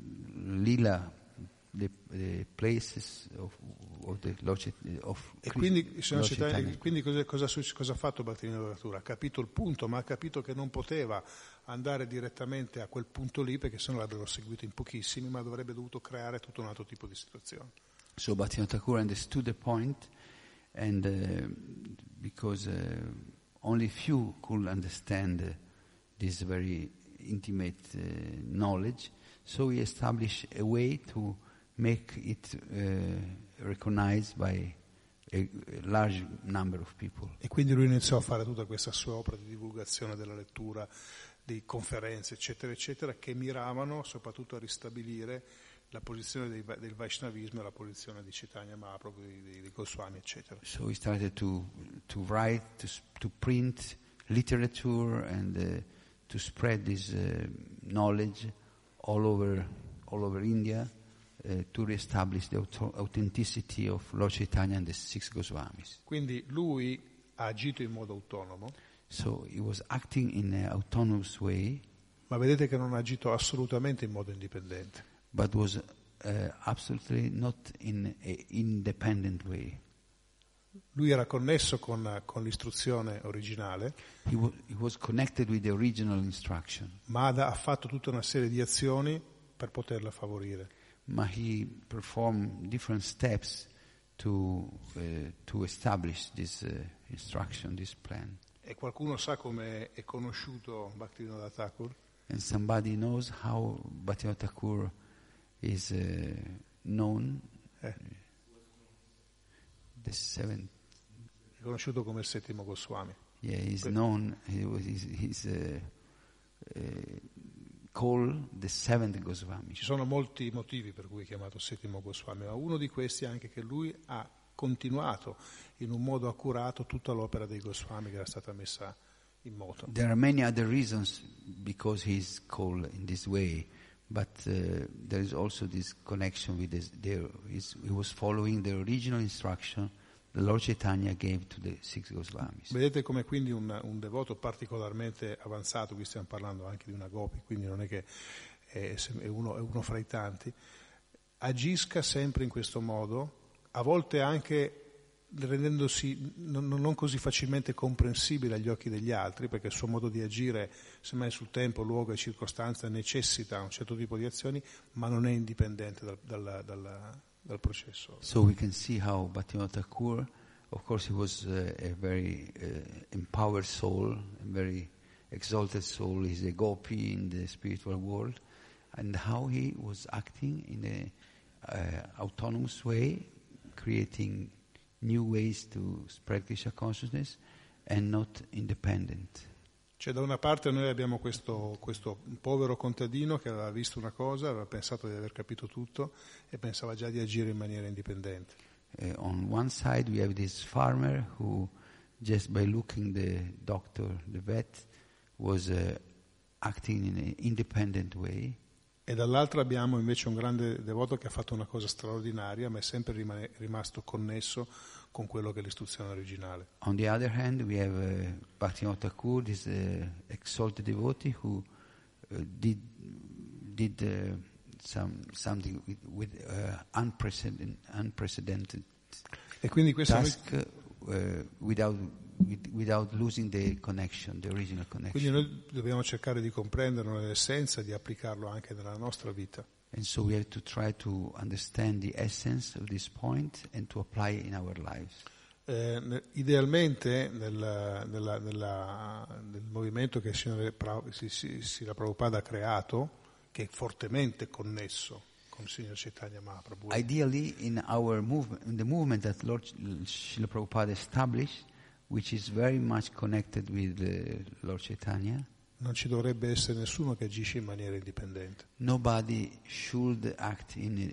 lila, the, the places of, of the Lord of E quindi, Lord Chaitanya, quindi cosa, cosa, cosa ha fatto Bhaktivinoda Thakur? Ha capito il punto, ma ha capito che non poteva andare direttamente a quel punto lì perché sennò l'avrebbero seguito in pochissimi, ma avrebbe dovuto creare tutto un altro tipo di situazione. So Bhaktivinoda Thakur understood the point, and uh, because uh, only few could understand uh, this very intimate uh, knowledge, so he established a way to make it uh, recognized by a, a large number of people. E quindi lui iniziò a fare tutta questa sua opera di divulgazione della lettura, di conferenze, eccetera, eccetera, che miravano soprattutto a ristabilire la posizione dei, del Vaishnavismo e la posizione di Chaitanya Mahaprabhu, di, di, di Goswami, eccetera. So he started to to write, to, to print literature and uh, to spread this uh, knowledge all over all over India uh, to reestablish the auto- authenticity of Lord Chaitanya and the six Goswamis. Quindi lui ha agito in modo autonomo. So he was acting in an autonomous way, Ma vedete che non ha agito assolutamente in modo indipendente. but was uh, absolutely not in an independent way. Lui era connesso con, con l'istruzione originale, He, w- he was connected with the original instruction, ma ha, ha fatto tutta una serie di azioni per poterla favorire. but he performed different steps to uh, to establish this uh, instruction, this plan. E qualcuno sa come è conosciuto Bhaktivinoda Thakur? And somebody knows how Bhaktivinoda Thakur is uh, known. Eh, The seventh, è conosciuto come il settimo Goswami. yeah, he's But- known. He was he's, he's uh, uh, called the seventh Goswami. Ci sono molti motivi per cui è chiamato settimo Goswami, ma uno di questi è anche che lui ha continuato in un modo accurato tutta l'opera dei Goswami che era stata messa in moto. There are many other reasons because he's called in this way, but uh, there is also this connection with this. There is, he was following the original instruction the Lord Chaitanya gave to the six Goswamis. Vedete come quindi un, un devoto particolarmente avanzato, qui stiamo parlando anche di una gopi, quindi non è che è, è, uno, è uno fra i tanti, agisca sempre in questo modo, a volte anche rendendosi non, non così facilmente comprensibile agli occhi degli altri, perché il suo modo di agire, semmai sul tempo, luogo e circostanza, necessita un certo tipo di azioni, ma non è indipendente dal, dal, dal, dal processo. So we can see how Bhaktivinoda Thakur, of course, he was uh, a very uh, empowered soul, a very exalted soul. He's a gopi in the spiritual world, and how he was acting in a uh, autonomous way, creating new ways to spread Krishna consciousness, and not independent. Cioè, da una parte noi abbiamo questo, questo povero contadino che aveva visto una cosa, aveva pensato di aver capito tutto e pensava già di agire in maniera indipendente. Uh, on one side we have this farmer who, just by looking the doctor, the vet, was uh, acting in an independent way. E dall'altra abbiamo invece un grande devoto che ha fatto una cosa straordinaria, ma è sempre rimane, rimasto connesso con quello che è l'istruzione originale. On the other hand, we have uh, Bhaktivinoda Thakur, this uh, exalted devotee who uh, did did uh, some something with, with uh, unprecedented, unprecedented E quindi questo task uh, without with, without losing the connection, the original connection. Quindi noi dobbiamo cercare di comprenderlo nell'essenza e di applicarlo anche nella nostra vita. And so we have to try to understand the essence of this point and to apply it in our lives. Eh, idealmente nel, nella, nella, nel movimento che il Signore Srila Prabhupada ha creato, che è fortemente connesso con il Signor Chaitanya Mahaprabhu. Ideally, in our movement, in the movement that Lord Srila Prabhupada established, which is very much connected with uh, Lord Chaitanya, non ci dovrebbe essere nessuno che agisce in maniera indipendente. Nobody should act in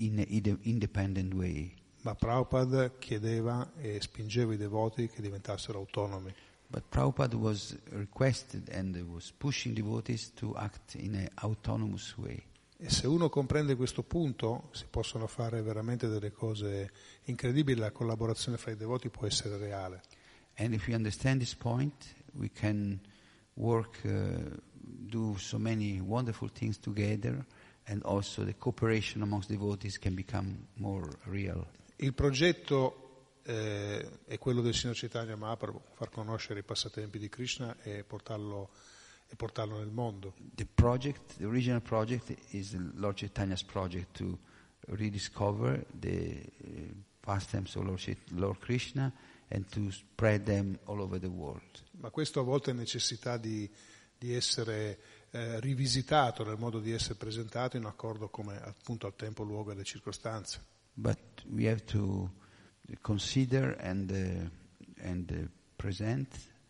an independent way. Ma Prabhupada chiedeva e spingeva i devoti che diventassero autonomi. But Prabhupada was requested and was pushing devotees to act in an autonomous way. E se uno comprende questo punto, si possono fare veramente delle cose incredibili, la collaborazione fra i devoti può essere reale. And if we understand this point, we can work, uh, do so many wonderful things together, and also the cooperation amongst devotees can become more real. Il progetto eh, è quello del Signor Chaitanya Mahaprabhu, far conoscere i passatempi di Krishna e portarlo, e portarlo nel mondo. The project, the original project, is Lord Chaitanya's project to rediscover the uh, pastimes of Lord, Chait- Lord Krishna and to spread them all over the world. Ma questo a volte necessità di, di essere eh, rivisitato nel modo di essere presentato in accordo come appunto al tempo, luogo e alle circostanze. But we have to consider and uh, and uh, present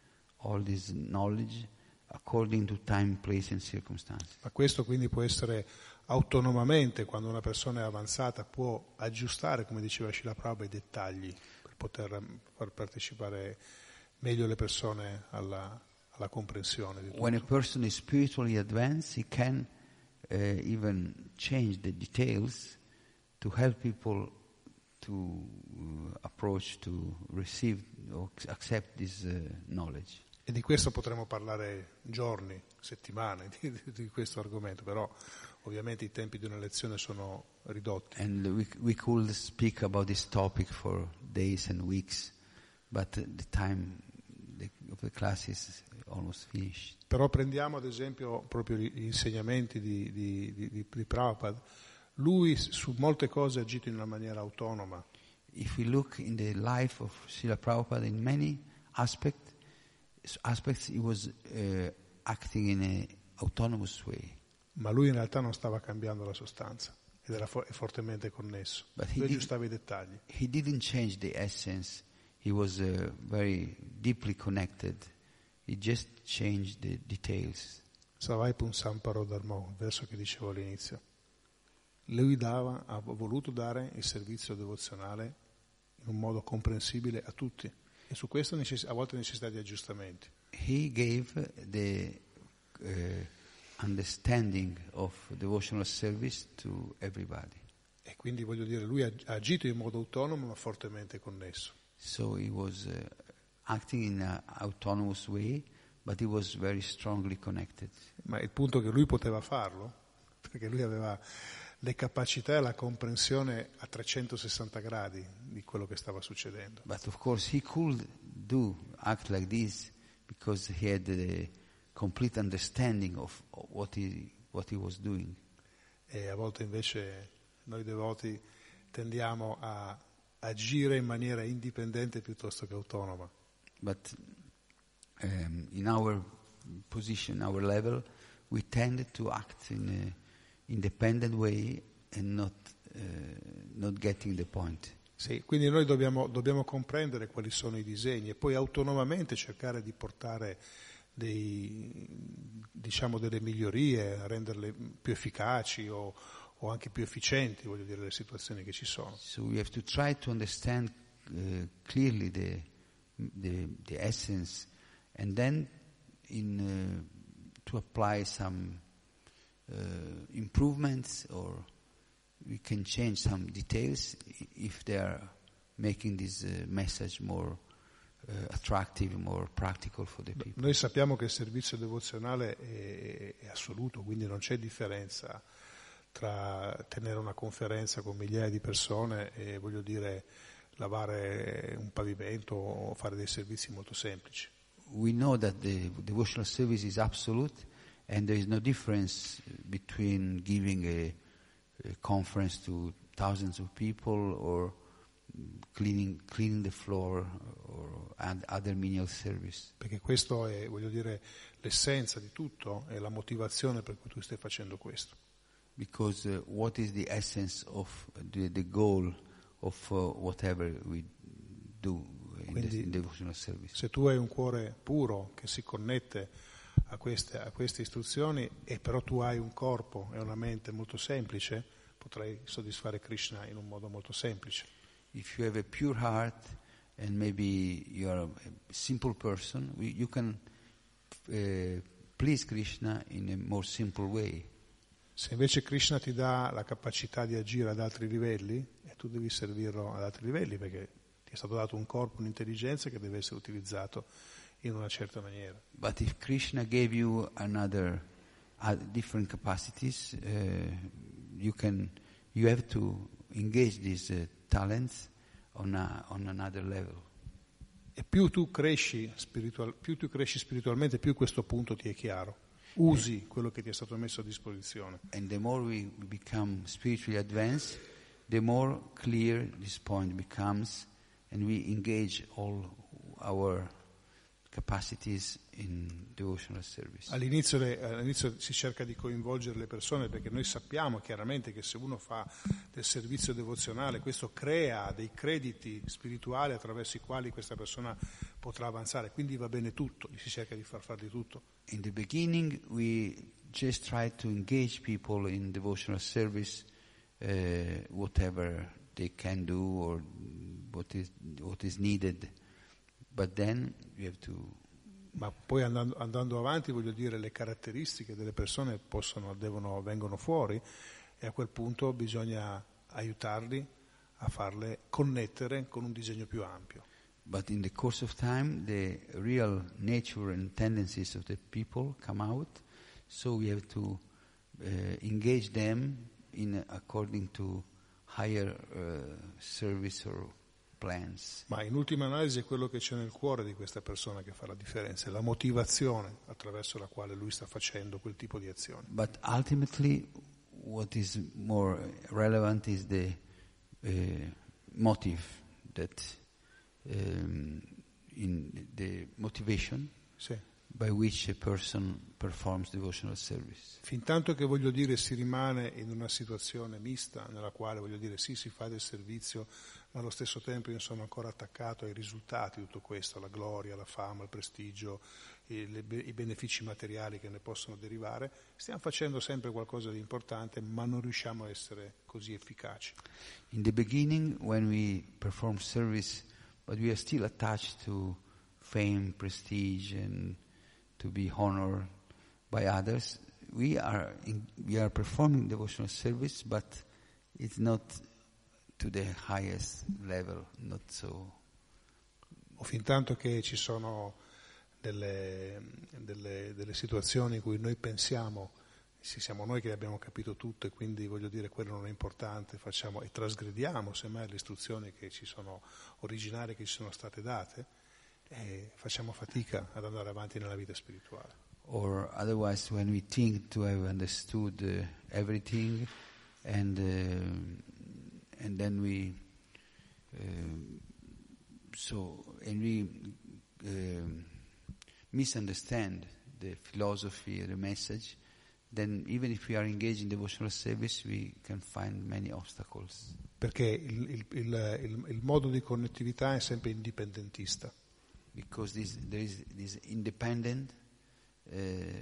all this knowledge according to time, place and circumstances. Ma questo quindi può essere autonomamente, quando una persona è avanzata può aggiustare, come diceva Srila Prabhupada, i dettagli per poter far partecipare meglio le persone alla, alla comprensione di tutto. When a person is spiritually advanced, he can uh, even change the details to help people to uh, approach, to receive or accept this uh, knowledge. E di questo potremo parlare giorni, settimane di, di, di questo argomento, però ovviamente i tempi di una lezione sono ridotti. And we we could speak about this topic for days and weeks, but the time the, of the class is almost finished. Però prendiamo ad esempio proprio gli insegnamenti di, di, di, di, di Prabhupada. Lui su molte cose ha agito in una maniera autonoma. If we look in the life of Srila Prabhupada, in many aspects, aspects he was uh, acting in an autonomous way. Ma lui in realtà non stava cambiando la sostanza ed era fo- fortemente connesso. But he Lui did- aggiustava i dettagli. He didn't change the essence. He was uh, very deeply connected. He just changed the details. Savai Punsamparo Dharmo, il verso che dicevo all'inizio. Lui dava, ha voluto dare il servizio devozionale in un modo comprensibile a tutti. E su questo necess- a volte necessità di aggiustamenti. He gave the uh, understanding of devotional service to everybody. E quindi voglio dire, lui ha ha agito in modo autonomo ma fortemente connesso. So he was uh, acting in an autonomous way, but he was very strongly connected. Ma il punto è che lui poteva farlo, perché lui aveva le capacità e la comprensione a trecentosessanta gradi di quello che stava succedendo. But of course he could do, act like this, because he had the complete understanding of what he, what he was doing. E a volte invece noi devoti tendiamo a agire in maniera indipendente piuttosto che autonoma. But um, in our position, our level, we tend to act in an independent way and not uh, not getting the point. Sì, quindi noi dobbiamo, dobbiamo comprendere quali sono i disegni e poi autonomamente cercare di portare dei, diciamo delle migliorie, renderle più efficaci o, o anche più efficienti, voglio dire, le situazioni che ci sono. So we have to try to understand uh, clearly the, the the essence, and then in uh, to apply some uh, improvements, or we can change some details if they are making this uh, message more uh, attractive, more practical for the people. Noi sappiamo che il servizio devozionale è, è assoluto, quindi non c'è differenza tra tenere una conferenza con migliaia di persone e, voglio dire, lavare un pavimento o fare dei servizi molto semplici. We know that the devotional service is absolute, and there is no difference between giving a a conference to thousands of people or cleaning cleaning the floor or and other menial service. Perché questo è, voglio dire, l'essenza di tutto, è la motivazione per cui tu stai facendo questo. Because uh, what is the essence of the, the goal of uh, whatever we do in Quindi, the in devotional service? Se tu hai un cuore puro che si connette a queste, a queste istruzioni e però tu hai un corpo e una mente molto semplice, potrai soddisfare Krishna in un modo molto semplice. If you have a pure heart and maybe you are a simple person, we, you can uh, please Krishna in a more simple way. Se invece Krishna ti dà la capacità di agire ad altri livelli, e tu devi servirlo ad altri livelli perché ti è stato dato un corpo, un'intelligenza che deve essere utilizzato in una certa maniera. But if Krishna gave you another, uh, different capacities, uh, you can, you have to engage these uh, talents on a, on another level. E più tu cresci spiritual, più tu cresci spiritualmente, più questo punto ti è chiaro. Usi quello che ti è stato messo a disposizione. And the more we become spiritually advanced, the more clear this point becomes, and we engage all our capacities in devotional service. All'inizio, le, all'inizio si cerca di coinvolgere le persone perché noi sappiamo chiaramente che se uno fa del servizio devozionale questo crea dei crediti spirituali attraverso i quali questa persona potrà avanzare, quindi va bene tutto, si cerca di far fare di tutto. In the beginning we just try to engage people in devotional service, uh, whatever they can do or what is what is needed. But then you have to. Ma poi andando, andando avanti, voglio dire, le caratteristiche delle persone possono, devono, vengono fuori e a quel punto bisogna aiutarli a farle connettere con un disegno più ampio. But in the course of time, the real nature and tendencies of the people come out, so we have to uh, engage them in according to higher uh, service or plans. Ma in ultima analisi è quello che c'è nel cuore di questa persona che fa la differenza, è la motivazione attraverso la quale lui sta facendo quel tipo di azione. But ultimately, what is more relevant is the uh, motive, that um, in the motivation Sì. by which a person performs devotional service. Fintanto che, voglio dire, si rimane in una situazione mista nella quale, voglio dire, sì, si fa del servizio, ma allo stesso tempo io sono ancora attaccato ai risultati di tutto questo, alla gloria, alla fama, al prestigio, i, le, i benefici materiali che ne possono derivare, stiamo facendo sempre qualcosa di importante, ma non riusciamo a essere così efficaci. In the beginning, when we perform service, but we are still attached to fame, prestige, and to be honored by others, we are in, we are performing devotional service, but it's not to the highest level, not so. O fin tanto che ci sono delle, delle, delle situazioni in cui noi pensiamo, sì, siamo noi che abbiamo capito tutto e quindi, voglio dire, quello non è importante, facciamo e trasgrediamo semmai le istruzioni che ci sono originarie, che ci sono state date, e facciamo fatica ad andare avanti nella vita spirituale. Or otherwise, when we think to have understood uh, everything, and uh, and then we uh, so and we uh, misunderstand the philosophy, the message, then even if we are engaged in devotional service, we can find many obstacles. perché il, il, il, il, il modo di connettività è sempre indipendentista. Because this, there is this independent uh,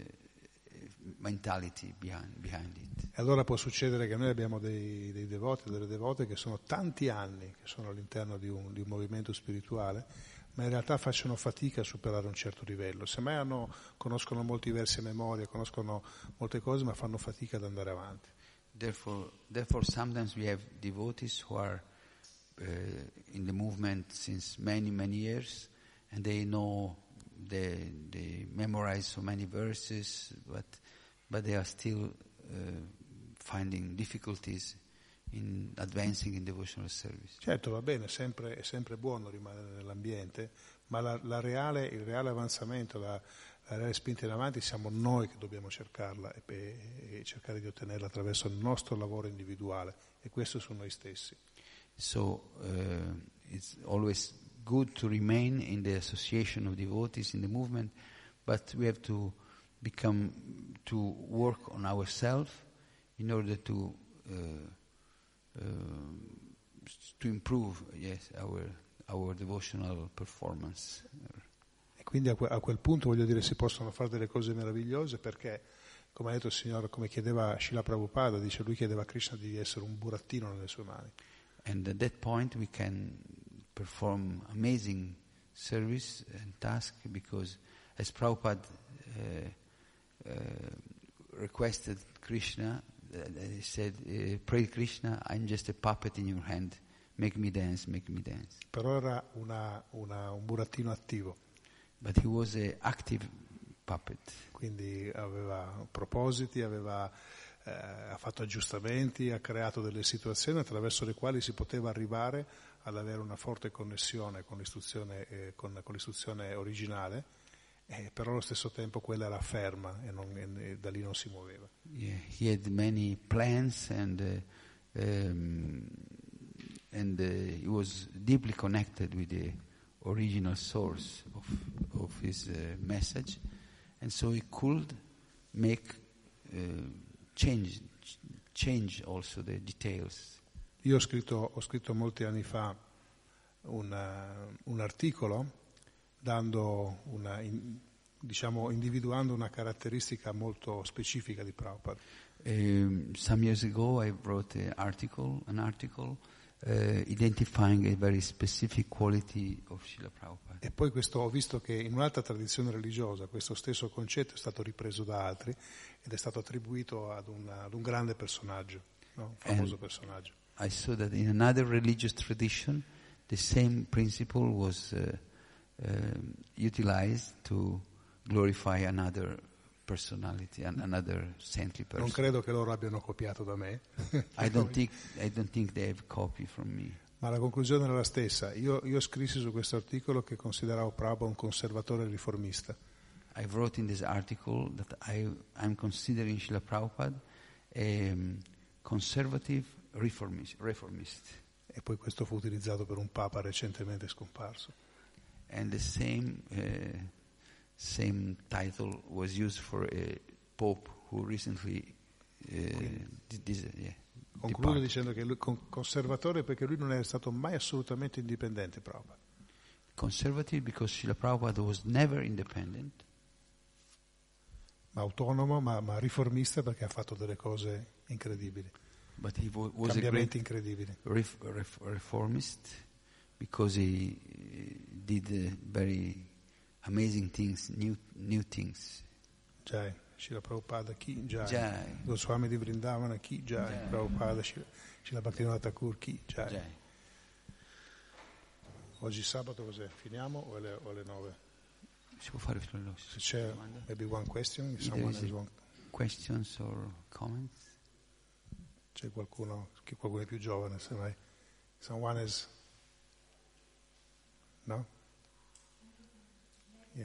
mentality behind, behind it. E allora può succedere che noi abbiamo dei, dei devoti, delle devote che sono tanti anni che sono all'interno di un, di un movimento spirituale, ma in realtà facciano fatica a superare un certo livello. Semmai hanno, conoscono molti versi a memoria, conoscono molte cose, ma fanno fatica ad andare avanti. Therefore, therefore sometimes we have devotees who are uh, in the movement since many, many years, and they know, they, they memorize so many verses, but, but they are still uh, finding difficulties in advancing in devotional service. Certo, va bene, sempre, è sempre buono rimanere nell'ambiente, ma la, la reale, il reale avanzamento, la, la reale spinta in avanti siamo noi che dobbiamo cercarla e, e cercare di ottenerla attraverso il nostro lavoro individuale, e questo su noi stessi. So uh, it's always good to remain in the association of devotees in the movement, but we have to become, to work on ourselves in order to uh, uh, to improve, yes, our our devotional performance. E quindi a, que- a quel punto, voglio dire, si possono fare delle cose meravigliose, perché, come ha detto il Signore, come chiedeva Srila Prabhupada, dice, lui chiedeva a Krishna di essere un burattino nelle sue mani. And at that point we can perform amazing service and task, because as Prabhupada uh, uh, requested Krishna, uh, he said, uh, pray Krishna, I'm just a puppet in your hand, make me dance, make me dance. Però era una, una, un burattino attivo. But he was an active puppet. Quindi aveva propositi, aveva, eh, ha fatto aggiustamenti, ha creato delle situazioni attraverso le quali si poteva arrivare ad avere una forte connessione con l'istruzione, eh, con, con l'istruzione originale, eh, però allo stesso tempo quella era ferma e, non, e da lì non si muoveva. Yeah, he had many plans, and uh, um, and uh, he was deeply connected with the original source of of his uh, message, and so he could make uh, change change also the details. Io ho scritto, ho scritto molti anni fa una, un articolo dando una, in, diciamo, individuando una caratteristica molto specifica di Prabhupada. Um, some years ago, I wrote an article, an article uh, identifying a very specific quality of Srila Prabhupada. E poi questo, ho visto che in un'altra tradizione religiosa questo stesso concetto è stato ripreso da altri ed è stato attribuito ad, una, ad un grande personaggio, no? Un famoso And personaggio. I saw that in another religious tradition, the same principle was uh, um utilized to glorify another personality, an, another saintly person. Non credo che loro abbiano copiato da me. I don't think I don't think they have copy from me. Ma la conclusione era la stessa. Io, io scrissi su questo articolo che consideravo Prabhupada un conservatore riformista. I wrote in this article that I I'm considering Srila Prabhupada a um, conservative reformist, reformist. E poi questo fu utilizzato per un papa recentemente scomparso. And the same uh, same title was used for a pope who recently uh, did this, yeah, Concludo departed. dicendo che lui con- conservatore perché lui non è stato mai assolutamente indipendente, Prabhupada. Conservative because Srila Prabhupada was never independent, Ma autonomo, ma, ma riformista perché ha fatto delle cose incredibili, but he wa- was a cambiamenti great incredibili. ref- ref- reformist because he uh, did uh, very amazing things, new new things. Jai, Srila Prabhupada, chi? Jai. Jai. Goswami di Vrindavana, chi? Jai. Jai. Prabhupada, Srila Srila Bhaktivinoda Thakur, chi? Jai. Jai. Oggi sabato cos'è? Finiamo o alle, o alle nove? Si può fare fino alle Se c'è, maybe one question, if There someone is has a- one. questions or comments? C'è qualcuno, che qualcuno è più giovane, semmai. Someone is... No? Yeah.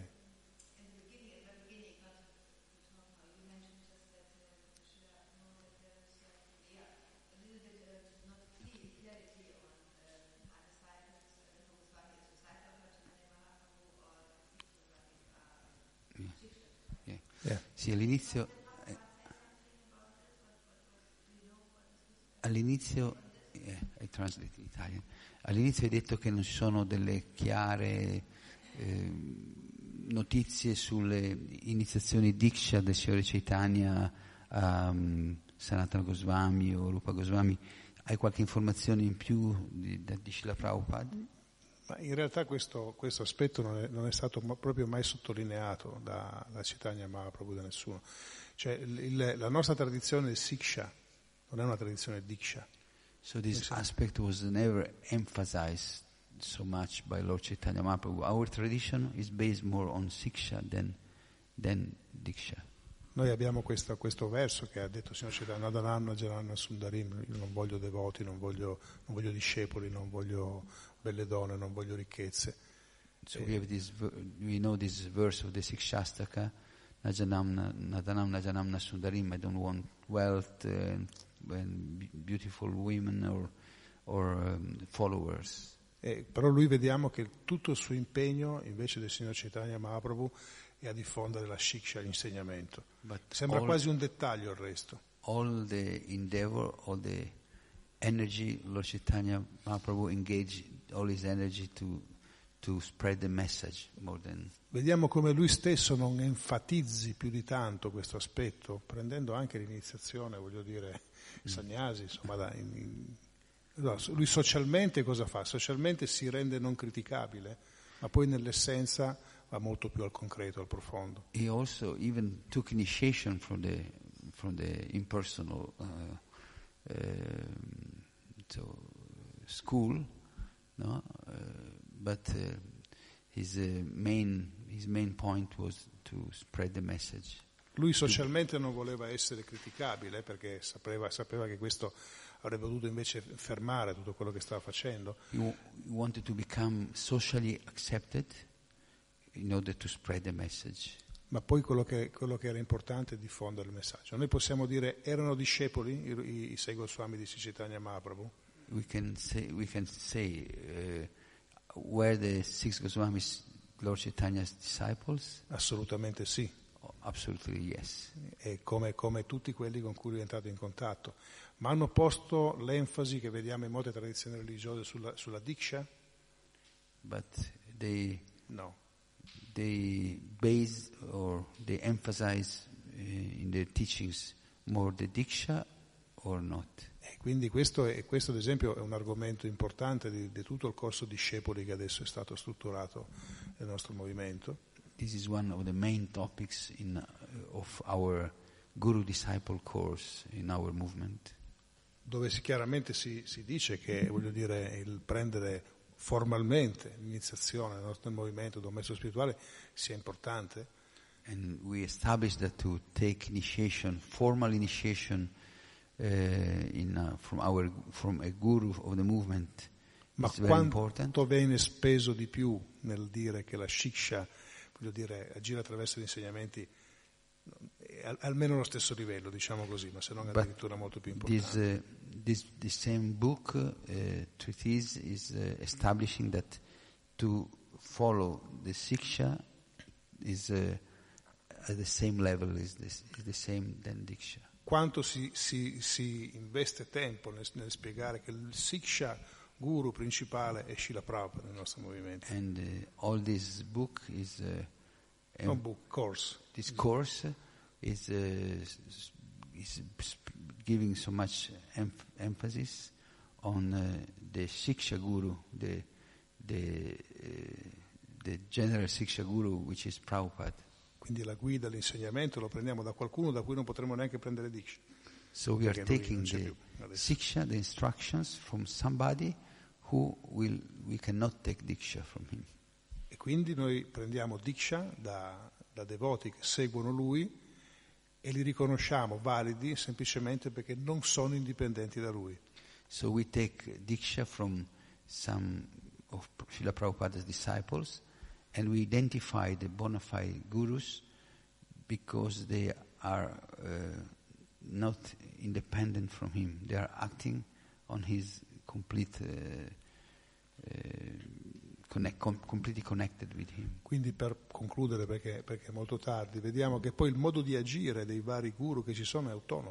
Yeah. Yeah. Sì, all'inizio eh, all'inizio yeah, I I translate in Italian. All'inizio hai detto che non ci sono delle chiare eh, notizie sulle iniziazioni Diksha del Signore Chaitanya, um, Sanatana Goswami o Rupa Goswami. Hai qualche informazione in più di, di Srila Prabhupada? Ma in realtà questo, questo aspetto non è, non è stato ma, proprio mai sottolineato da, da Chaitanya Mahaprabhu, da nessuno. Cioè il, il, la nostra tradizione è Siksha, non è una tradizione Diksha. So this aspect was never emphasized so much by Lord Chaitanya Mahaprabhu. Our tradition is based more on Siksha than, than Diksha. Noi abbiamo questo, questo verso che ha detto il Signor Chaitanya, Nadanam Najanam Sundarim, io non voglio devoti, non voglio, non voglio discepoli, non voglio belle donne, non voglio ricchezze. So we have this, we know this verse of the Sikshastaka, Najanam Nadanam Najanam Sundarim, I don't want wealth and, and beautiful women or, or um, followers. Eh, però lui vediamo che tutto il suo impegno invece del Signor Chaitanya Mahaprabhu è a diffondere la shiksha, l'insegnamento. But Sembra all, quasi un dettaglio il resto. All the endeavor, all the energy, Lord Chaitanya Mahaprabhu engaged all his energy to, to spread the message more than... Vediamo come lui stesso non enfatizzi più di tanto questo aspetto, prendendo anche l'iniziazione, voglio dire, i sannyasi, insomma, da, in, in, no, lui socialmente cosa fa? Socialmente si rende non criticabile, ma poi nell'essenza va molto più al concreto, al profondo. He also even took initiation from the from the impersonal uh, uh, so school, no? Uh, but uh, his uh, main his main point was to spread the message. Lui socialmente non voleva essere criticabile perché sapeva, sapeva che questo avrebbe potuto invece fermare tutto quello che stava facendo. He, w- he wanted to become socially accepted in order to spread the message. Ma poi quello che, quello che era importante è diffondere il messaggio. Noi possiamo dire, erano discepoli i, i, i sei Goswami di Sri Chaitanya Mahaprabhu? We can say, we can say uh, were the six Goswamis Lord Chaitanya's disciples? Assolutamente sì. Oh, absolutely yes. E come, come tutti quelli con cui lui è entrato in contatto. Ma hanno posto l'enfasi che vediamo in molte tradizioni religiose sulla, sulla Diksha? But they... No. They base or they emphasize uh, in their teachings more the Diksha or not. E quindi questo, è, questo ad esempio è un argomento importante di, di tutto il corso discepoli che adesso è stato strutturato nel nostro movimento. This is one of the main topics in, uh, of our Guru-disciple course in our movement. Dove si, chiaramente si, si dice che, voglio dire, il prendere formalmente l'iniziazione nel nostro movimento del maestro spirituale sia importante. And we established that to take initiation, formal initiation uh, in, uh, from, our, from a guru of the movement Ma is very important. Quanto viene speso di più nel dire che la shiksha, voglio dire, agire attraverso gli insegnamenti, è almeno lo stesso livello, diciamo così, ma se non addirittura molto più importante. This, uh, this, this same book, uh, treatise, is uh, establishing that to follow the Siksha is uh, at the same level, is, this, is the same than Diksha. Quanto si, si, si investe tempo nel, nel spiegare che il Siksha guru principale è Srila Prabhupada nel nostro movimento. And uh, all this book is... Uh, Non book, course. This course is, uh, is giving so much em- emphasis on uh, the Siksha Guru, the, the, uh, the general Siksha Guru, which is Prabhupada. Quindi la guida, l'insegnamento lo prendiamo da qualcuno da cui non potremo neanche prendere Diksha. So we are taking the Siksha, the instructions from somebody who will, we cannot take Diksha from him. E quindi noi prendiamo Diksha da, da devoti che seguono lui e li riconosciamo validi semplicemente perché non sono indipendenti da lui. So we take Diksha from some of Srila Prabhupada's disciples and we identify the bona fide gurus because they are uh, not independent from him. They are acting on his complete uh, uh, Connect, com- completely connected with him. Quindi per concludere, perché, perché è molto tardi, vediamo che poi il modo di agire dei vari guru che ci sono è autonomo.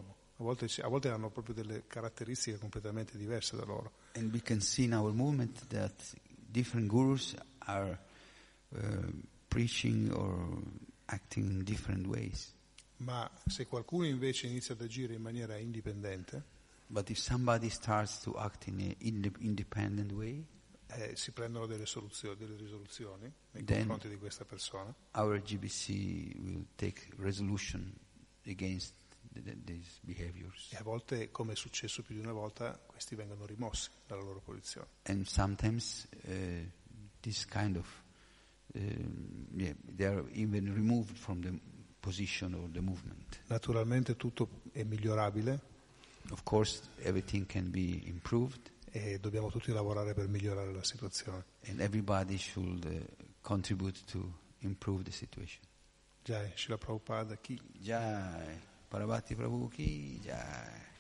volte, a volte hanno proprio delle caratteristiche completamente diverse da loro. And we can see in our movement that different gurus are uh, preaching or acting in different ways. Ma se qualcuno invece inizia ad agire in maniera indipendente, But if somebody starts to act in an inde- independent way, eh, si prendono delle soluzioni, delle risoluzioni nei Then- confronti di questa persona. our G B C will take resolution against th- th- these behaviors. E a volte, come è successo più di una volta, questi vengono rimossi dalla loro posizione. And sometimes uh, this kind of, um, yeah, they are even removed from the position or the movement. Naturalmente tutto è migliorabile Of course, everything can be improved, e dobbiamo tutti lavorare per migliorare la situazione. and everybody should uh, contribute to improve the situation. Jai, Srila Prabhupada, chi? Jai, Parabhati Prabhu ki jai.